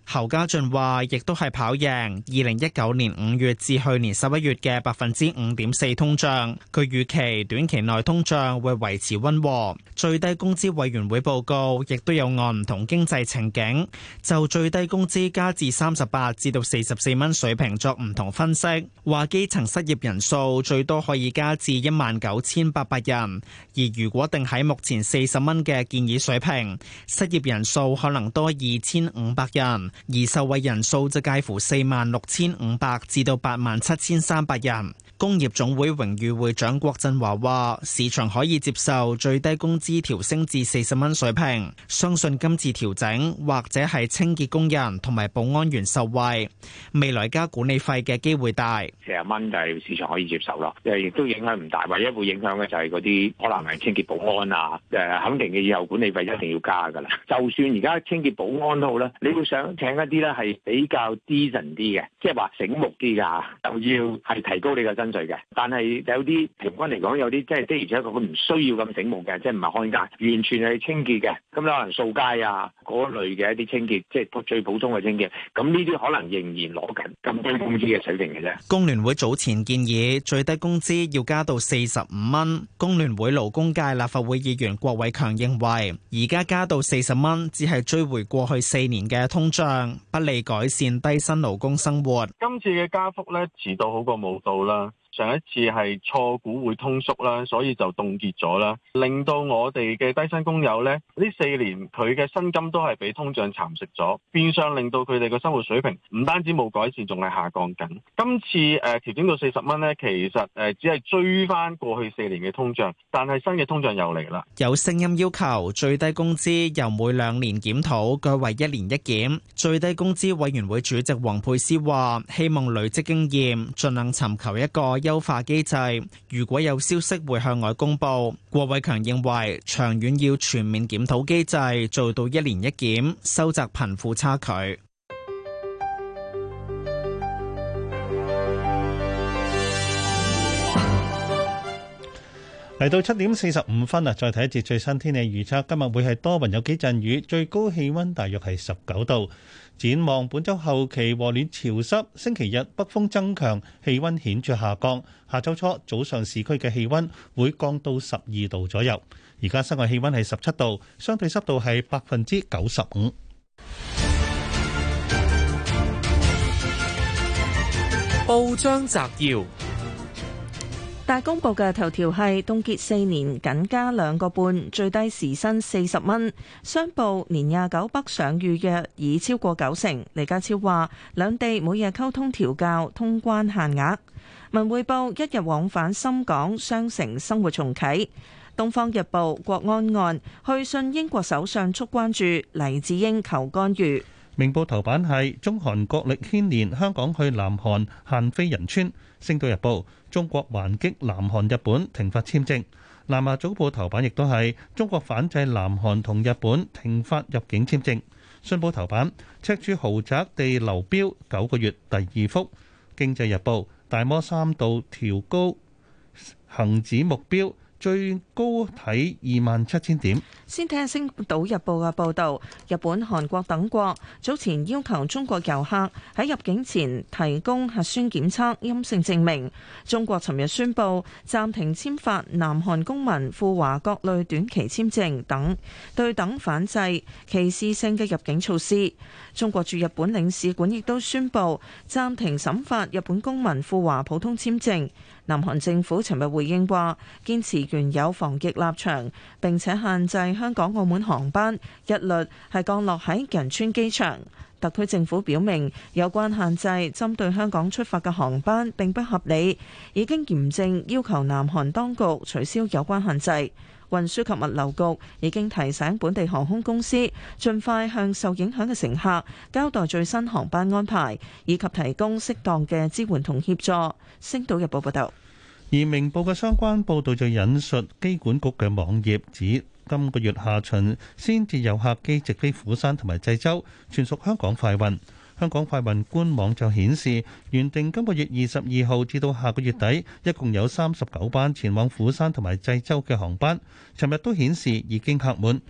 侯家俊話，亦都係跑贏二零一九年五月至去年十一月嘅百分之五點四通脹。佢預期短期內通脹會維持溫和。最低工資委員會報告亦都有按唔同經濟情景就最低工資加至三十八至到四十四蚊水平作唔同分析，話基層失業人數最多可以加至一萬九千八百人，而如果定喺目前四十蚊嘅建議水平，失業人數可能多二千五百人，而受惠人數就介乎四萬六千五百至到八萬七千三百人。工業總會榮譽會長郭振華話：市場可以接受最低工資調升至四十蚊水平，相信今次調整或者係清潔工人同埋保安員受惠，未來加管理費嘅機會大。 四十蚊就係市場可以接受咯，誒亦都影響唔大，唯一會影響嘅就係嗰啲可能係清潔保安啊，誒肯定嘅以後管理費一定要加㗎啦。就算而家清潔保安都好啦，你會想請一啲咧係比較 decent 啲嘅，即係話醒目啲㗎，就要係提高你嘅薪水嘅。但係有啲平均嚟講，有啲即係的而且確佢唔需要咁醒目嘅，即係唔係看家，完全係清潔嘅。咁可能掃街啊嗰類嘅一啲清潔，即係最普通嘅清潔。咁呢啲可能仍然攞緊咁低工資嘅水平嘅啫。 工聯會早前建議最低工資要加到四十五蚊。工聯會勞工界立法會議員郭偉強認為，而家加到四十蚊，只係追回過去四年嘅通脹，不利改善低薪勞工生活。 今次嘅加幅咧，遲到好過冇到啦。上一次係錯估會通縮啦，所以就凍結咗啦，令到我哋嘅低薪工友呢，呢四年佢嘅薪金都係俾通脹蠶食咗，變相令到佢哋嘅生活水平唔單止冇改善，仲係下降緊。今次誒、呃、調整到四十蚊呢，其實誒、呃、只係追翻過去四年嘅通脹，但係新嘅通脹又嚟啦。 有聲音要求最低工資由每兩年檢討改為一年一檢。最低工資委員會主席黃佩斯話：希望累積經驗，盡量尋求一個優化機制，如果有消息會向外公布。郭偉強認為長遠要全面檢討機制，做到一年一檢，收窄貧富差距。 嚟到七點四十五分啊，再睇一節最新天氣預測。今日會係多雲有幾陣雨，最高氣溫大約係十九度。展望本週後期和暖潮濕，星期日北風增強，氣溫顯著下降。下週初早上市區嘅氣溫會降到十二度左右。而家室外氣溫係十七度，相對濕度係百分之九十五。 報章摘要。 大公報嘅頭條係凍結四年僅加兩個半，最低時薪四十蚊。商報年廿九北上預約已超過九成。李家超話兩地每日溝通調校，通關限額。文匯報一日往返深港雙城生活重啟。東方日報國安案去信英國首相促關注，黎智英求干預。 明報頭版係中韓國力牽連，香港去南韓限飛人村。星島日報中國還擊南韓日本停發簽證。南華早報頭版亦都係中國反制南韓同日本停發入境簽證。信報頭版赤柱豪宅地流標九個月第二幅。經濟日報大摩三度調高恒指目標，最高睇二萬七千點。 先睇下《星島日報》嘅報導，日本、韓國等國早前要求中國遊客喺入境前提供核酸檢測陰性證明。中國尋日宣布暫停簽發南韓公民赴華各類短期簽證等對等反制歧視性嘅入境措施。中國駐日本領事館亦都宣布暫停審發日本公民赴華普通簽證。南韓政府尋日回應話，堅持原有防疫立場，並且限制香港、澳門航班一律係降落喺仁川機場。特區政府表明，有關限制針對香港出發嘅航班並不合理，已經嚴正要求南韓當局取消有關限制。運輸及物流局已經提醒本地航空公司，盡快向受影響嘅乘客交代最新航班安排，以及提供適當嘅支援同協助。星島日報報道。 而明報嘅相關報導就引述機管局嘅網頁指，今個月下旬先至有客機直飛釜山同埋濟州，全屬香港快運。香港快運官網就顯示，原定今個月二十二號至到下個月底，一共有三十九班前往釜山同埋濟州嘅航班，尋日都顯示已經客滿。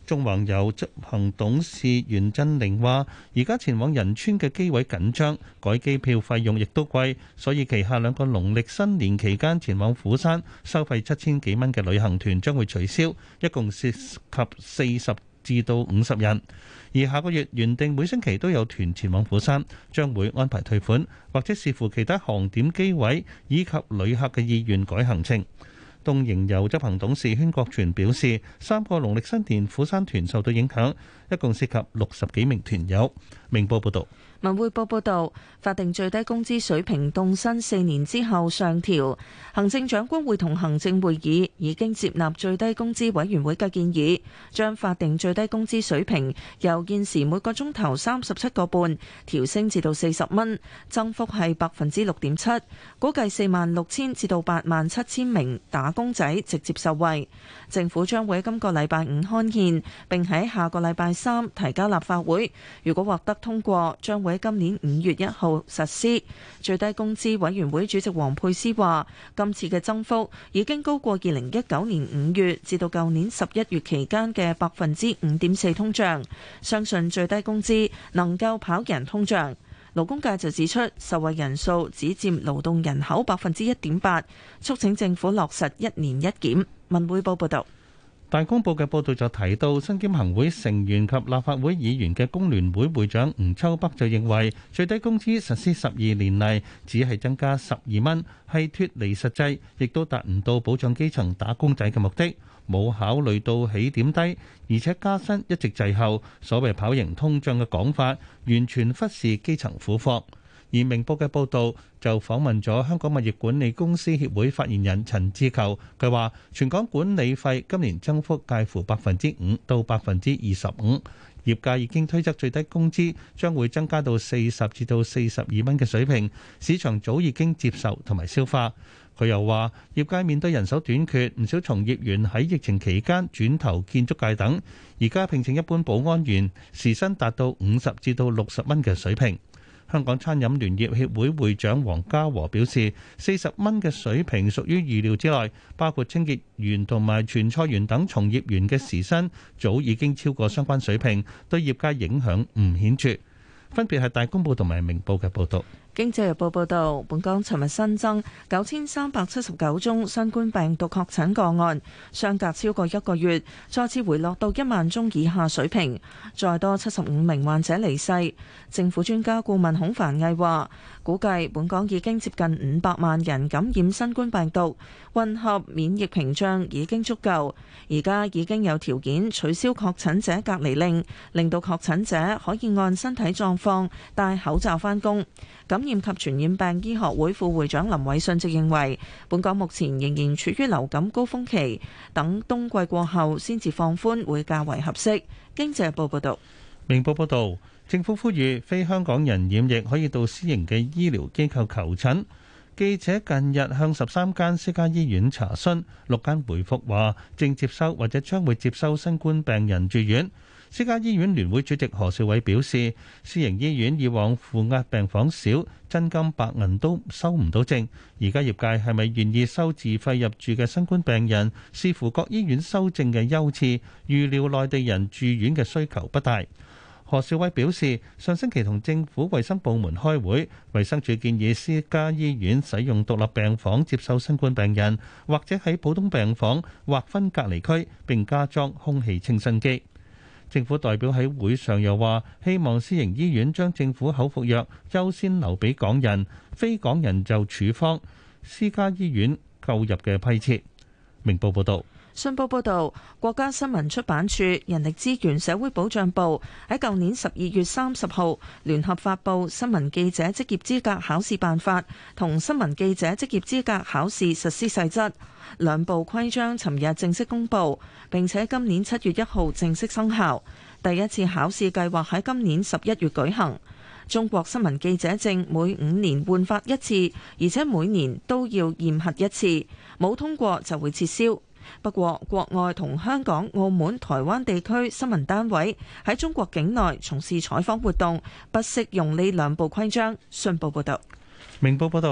中環遊執行董事袁振寧話，而家前往仁川嘅機位緊張，改機票費用亦都貴，所以旗下兩個農曆新年期間前往虎山收費七千幾蚊嘅旅行團將會取消，一共涉及四十至到五十人。而下個月原定每星期都有團前往虎山，將會安排退款，或者視乎其他航點機位以及旅客嘅意願改行程。東瀛遊執行董事禤國全表示，三個農曆新年虎山團受到影響，一共涉及六十幾名團友。明報報道。 文匯報報道，法定最低工資水平凍薪四年之後上調，行政長官會同行政會議已經接納最低工資委員會嘅建議，將法定最低工資水平由現時每個鐘頭三十七個半調升至到四十蚊，增幅係百分之六點七，估計四萬六千至到八萬七千名打工仔直接受惠。政府將會喺今個禮拜五刊憲，並喺下個禮拜三提交立法會，如果獲得通過，將會喺今年五月一號實施。最低工資委員會主席黃佩斯話，今次嘅增幅已經高過二零一九年五月至到舊年十一月期間嘅百分之五點四通脹，相信最低工資能夠跑贏通脹。勞工界就指出，受惠人數只佔勞動人口百分之一點八，促請政府落實一年一檢。文匯報報道。 大公報嘅報導就提到，身兼行會成員及立法會議員嘅工聯會會長吳秋北就認為，最低工資實施十二年嚟只係增加十二蚊，係脫離實際，亦都達唔到保障基層打工仔嘅目的，冇考慮到起點低，而且加薪一直滯後，所謂跑贏通脹嘅講法，完全忽視基層苦況。而明報嘅報導就訪問咗香港物業管理公司協會發言人陳志球，佢話全港管理費今年增幅介乎百分之五到百分之二十五，業界已經推測最低工資將會增加到四十至到四十二蚊嘅水平，市場早已經接受同埋消化。佢又話業界面對人手短缺，唔少從業員喺疫情期間轉投建築界等，而家聘請一般保安員時薪達到五十至到六十蚊嘅水平。香港餐飲聯業協會會長黃家和表示，四十蚊嘅水平屬於預料之內，包括清潔員同埋傳菜員等從業員嘅時薪早已經超過相關水平，對業界影響唔顯著。分別係大公報同埋明報嘅報導。 經濟日報報導，本港尋日新增九千三百七十九宗新冠病毒確診個案，相隔超過一個月，再次回落到一萬宗以下水平，再多七十五名患者離世。政府專家顧問孔繁毅話，估計本港已經接近五百萬人感染新冠病毒，混合免疫屏障已經足夠，而家已經有條件取消確診者隔離令，令到確診者可以按身體狀況戴口罩返工。感染及傳染病醫學會副會長林偉信就認為，本港目前仍然處於流感高峰期，等冬季過後先至放寬會較為合適。經濟日報報導。 明報報導，政府呼籲非香港人染疫可以到私營嘅醫療機構求診。記者近日向十三間私家醫院查詢，六間回覆話正接收或者將會接收新冠病人住院。私家醫院聯會主席何兆煒表示，私營醫院以往負壓病房少，真金白銀都收唔到症。而家業界係咪願意收自費入住嘅新冠病人，視乎各醫院收症嘅優次，預料內地人住院嘅需求不大。何兆煒表示，上星期同政府衛生部門開會，衛生署建議私家醫院使用獨立病房接收新冠病人，或者喺普通病房劃分隔離區並加裝空氣清新機。政府代表喺會上又話，希望私營醫院將政府口服藥優先留俾港人，非港人就處方。私家醫院購入嘅批設。明報報道。 信報報導，國家新聞出版署、人力資源社會保障部喺舊年十二月三十號聯合發布《新聞記者職業資格考試辦法》同《新聞記者職業資格考試實施細則》兩部規章，尋日正式公佈，並且今年七月一號正式生效。第一次考試計劃喺今年十一月舉行。中國新聞記者證每五年換發一次，而且每年都要驗核一次，冇通過就會撤銷。不過，國外同香港、澳門、台灣地區新聞單位喺中國境內從事採訪活動，不適用呢兩部規章。信報報道。 明報報道，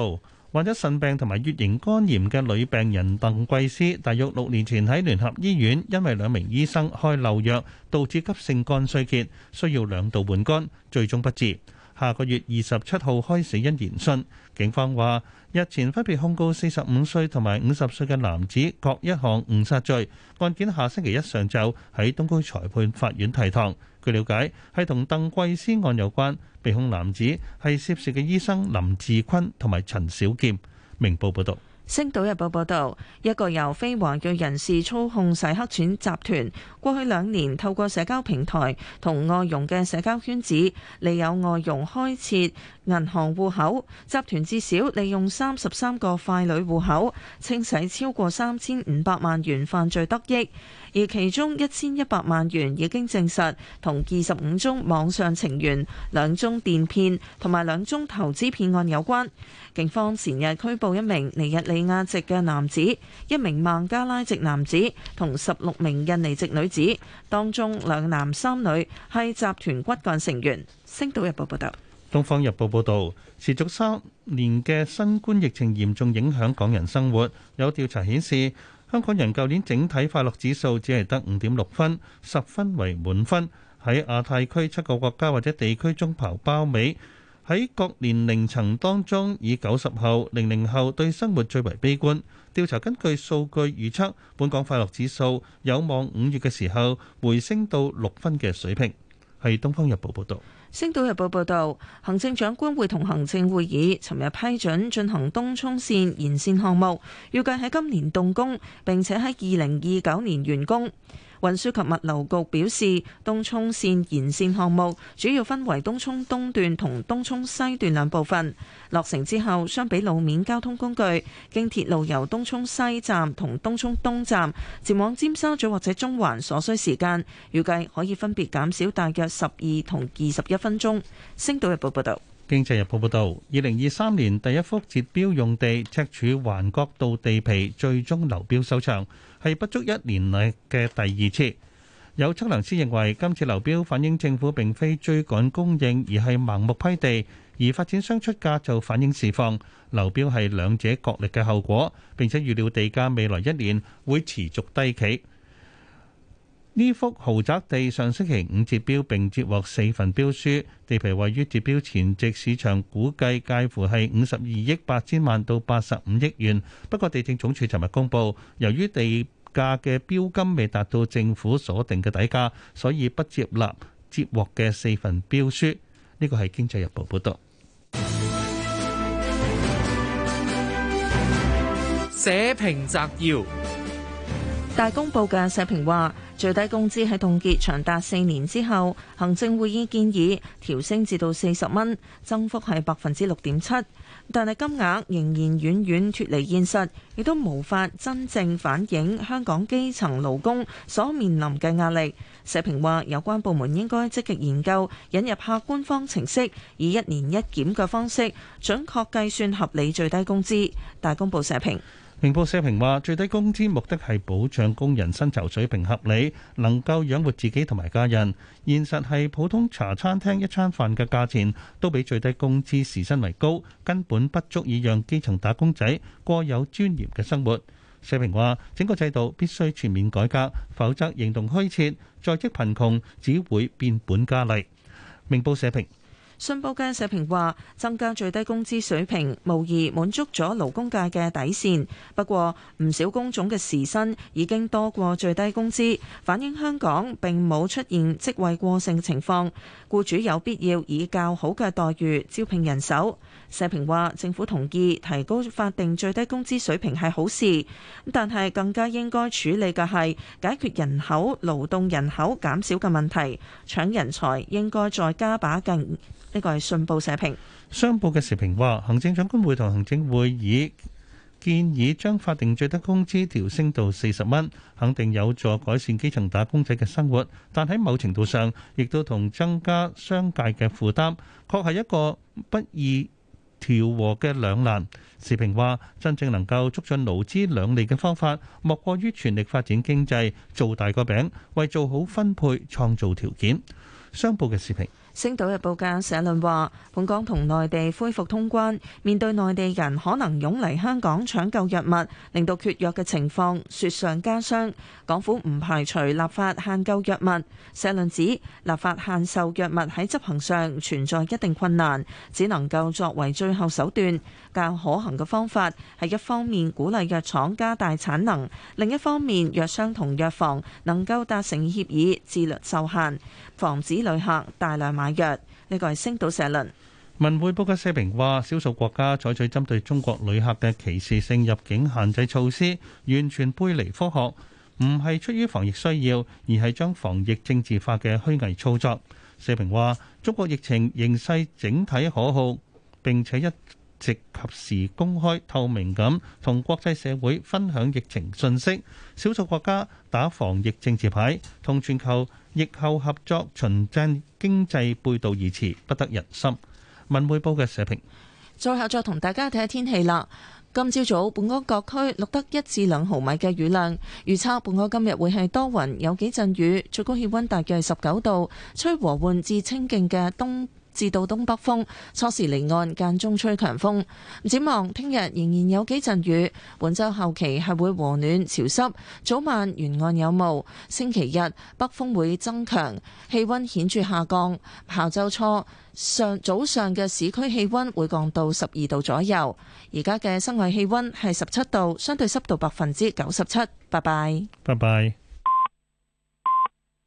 患者腎病同埋乙型肝炎嘅女病人鄧桂思，大約六年前喺聯合醫院因為兩名醫生開漏藥，導致急性肝衰竭，需要兩度換肝，最終不治。下個月二十七號開死因研訊。警方話，日前分別控告四十五歲同埋五十歲嘅男子各一項誤殺罪，案件下星期一上晝喺東區裁判法院提堂。據了解，係同鄧桂思案有關，被控男子係涉事嘅醫生林志坤同埋陳小劍。明報報道。 星島日報報導，一個由非華裔人士操控洗黑錢集團，過去兩年透過社交平台同外傭嘅社交圈子，利誘外傭開設銀行戶口。集團至少利用三十三個傀儡戶口，清洗超過三千五百萬元犯罪得益，而其中一千一百萬元已經證實同二十五宗網上情緣、兩宗電騙同埋兩宗投資騙案有關。警方前日拘捕一名尼日利亞籍嘅男子、一名孟加拉籍男子同十六名印尼籍女子，當中兩男三女係集團骨幹成員。星島日報報道。 東方日報報導，持續三年嘅新冠疫情嚴重影響港人生活。有調查顯示，香港人舊年整體快樂指數只係得五點六分，十分為滿分，喺亞太區七個國家或者地區中跑包尾。喺各年齡層當中，以九十後、零零後對生活最為悲觀。調查根據數據預測，本港快樂指數有望五月嘅時候回升到六分嘅水平。係《東方日報》報導。 《星島日報》報導，行政長官會同行政會議尋日批准進行東涌線延線項目，預計喺今年動工，並且喺二零二九年完工。運輸及物流局表示，東涌線延線項目主要分為東涌東段同東涌西段兩部分。落成之後，相比路面交通工具，經鐵路由東涌西站同東涌東站前往尖沙咀或者中環所需時間，預計可以分別減少大約十二同二十一分鐘。星島日報報道。 經濟日報報導，二零二三年第一幅截標用地赤柱環角道地皮最終流標收場，係不足一年嚟嘅第二次。有測量師認為，今次流標反映政府並非追趕供應，而係盲目批地，而發展商出價就反映市況。流標係兩者角力嘅後果，並且預料地價未來一年會持續低企。呢幅豪宅地上星期五截標並接獲四份標書，地皮位於截標前夕市場估計介乎係五十二億八千萬到八十五億元。不過地政總署尋日公佈，由於地價嘅標金未達到政府所定嘅底價，所以不接納接獲嘅四份標書。呢個係《經濟日報》報導。 社評摘要。 大公報嘅社評話，最低工資喺凍結長達四年之後，行政會議建議調升至到四十蚊，增幅係百分之六點七，但係金額仍然遠遠脫離現實，亦都無法真正反映香港基層勞工所面臨嘅壓力。社評話，有關部門應該積極研究引入客觀方程式，以一年一檢嘅方式準確計算合理最低工資。大公報社評。 明報社評話，最低工資目的係保障工人薪酬水平合理，能夠養活自己同埋家人。現實係普通茶餐廳一餐飯嘅價錢都比最低工資時薪為高，根本不足以讓基層打工仔過有尊嚴嘅生活。社評話，整個制度必須全面改革，否則形同虛設，在職貧窮只會變本加厲。明報社評。 信報嘅社評話，增加最低工資水平無疑滿足咗勞工界嘅底線，不過唔少工種嘅時薪已經多過最低工資，反映香港並冇出現職位過剩情況，僱主有必要以較好嘅待遇招聘人手。社評話，政府同意提高法定最低工資水平係好事，但係更加應該處理嘅係解決人口勞動人口減少嘅問題，搶人才應該再加把勁。呢個係信報社評。 商報嘅時評話，行政長官會同行政會議建議將法定最低工資調升到四十蚊，肯定有助改善基層打工仔嘅生活，但喺某程度上亦都同增加商界嘅負擔，確係一個不易調和嘅兩難。時評話，真正能夠促進勞資兩利嘅方法，莫過於全力發展經濟，做大個餅，為做好分配創造條件。商報嘅時評。 星島日報嘅社論話，本港同內地恢復通關，面對內地人可能湧嚟香港搶購藥物，令到缺藥嘅情況雪上加霜。港府唔排除立法限購藥物。社論指立法限售藥物喺執行上存在一定困難，只能夠作為最後手段。較可行嘅方法係一方面鼓勵藥廠加大產能，另一方面藥商同藥房能夠達成協議，自律受限，防止旅客大量買藥。呢個係星島社論。 文匯報嘅社評話，少數國家採取針對中國旅客嘅歧視性入境限制措施，完全背離科學，唔係出於防疫需要，而係將防疫政治化嘅虛偽操作。社評話，中國疫情形勢整體可控，並且一直及時公開透明咁同國際社會分享疫情信息。少數國家打防疫政治牌，同全球疫後合作循證經濟背道而馳，不得人心。文匯報嘅社評。 最後再同大家睇下天氣啦。今朝早本港各區錄得一至兩毫米嘅雨量，預測本港今日會係多雲，有幾陣雨，最高氣溫大約係十九度，吹和緩至清勁嘅東至到東北風，初時離岸，間中吹強風。展望聽日仍然有幾陣雨，本週後期係會和暖潮濕，早晚沿岸有霧。星期日北風會增強，氣溫顯著下降。下週初上早上嘅市區氣溫會降到十二度左右。而家嘅室外氣溫係十七度，相對濕度百分之九十七。拜拜。 拜拜。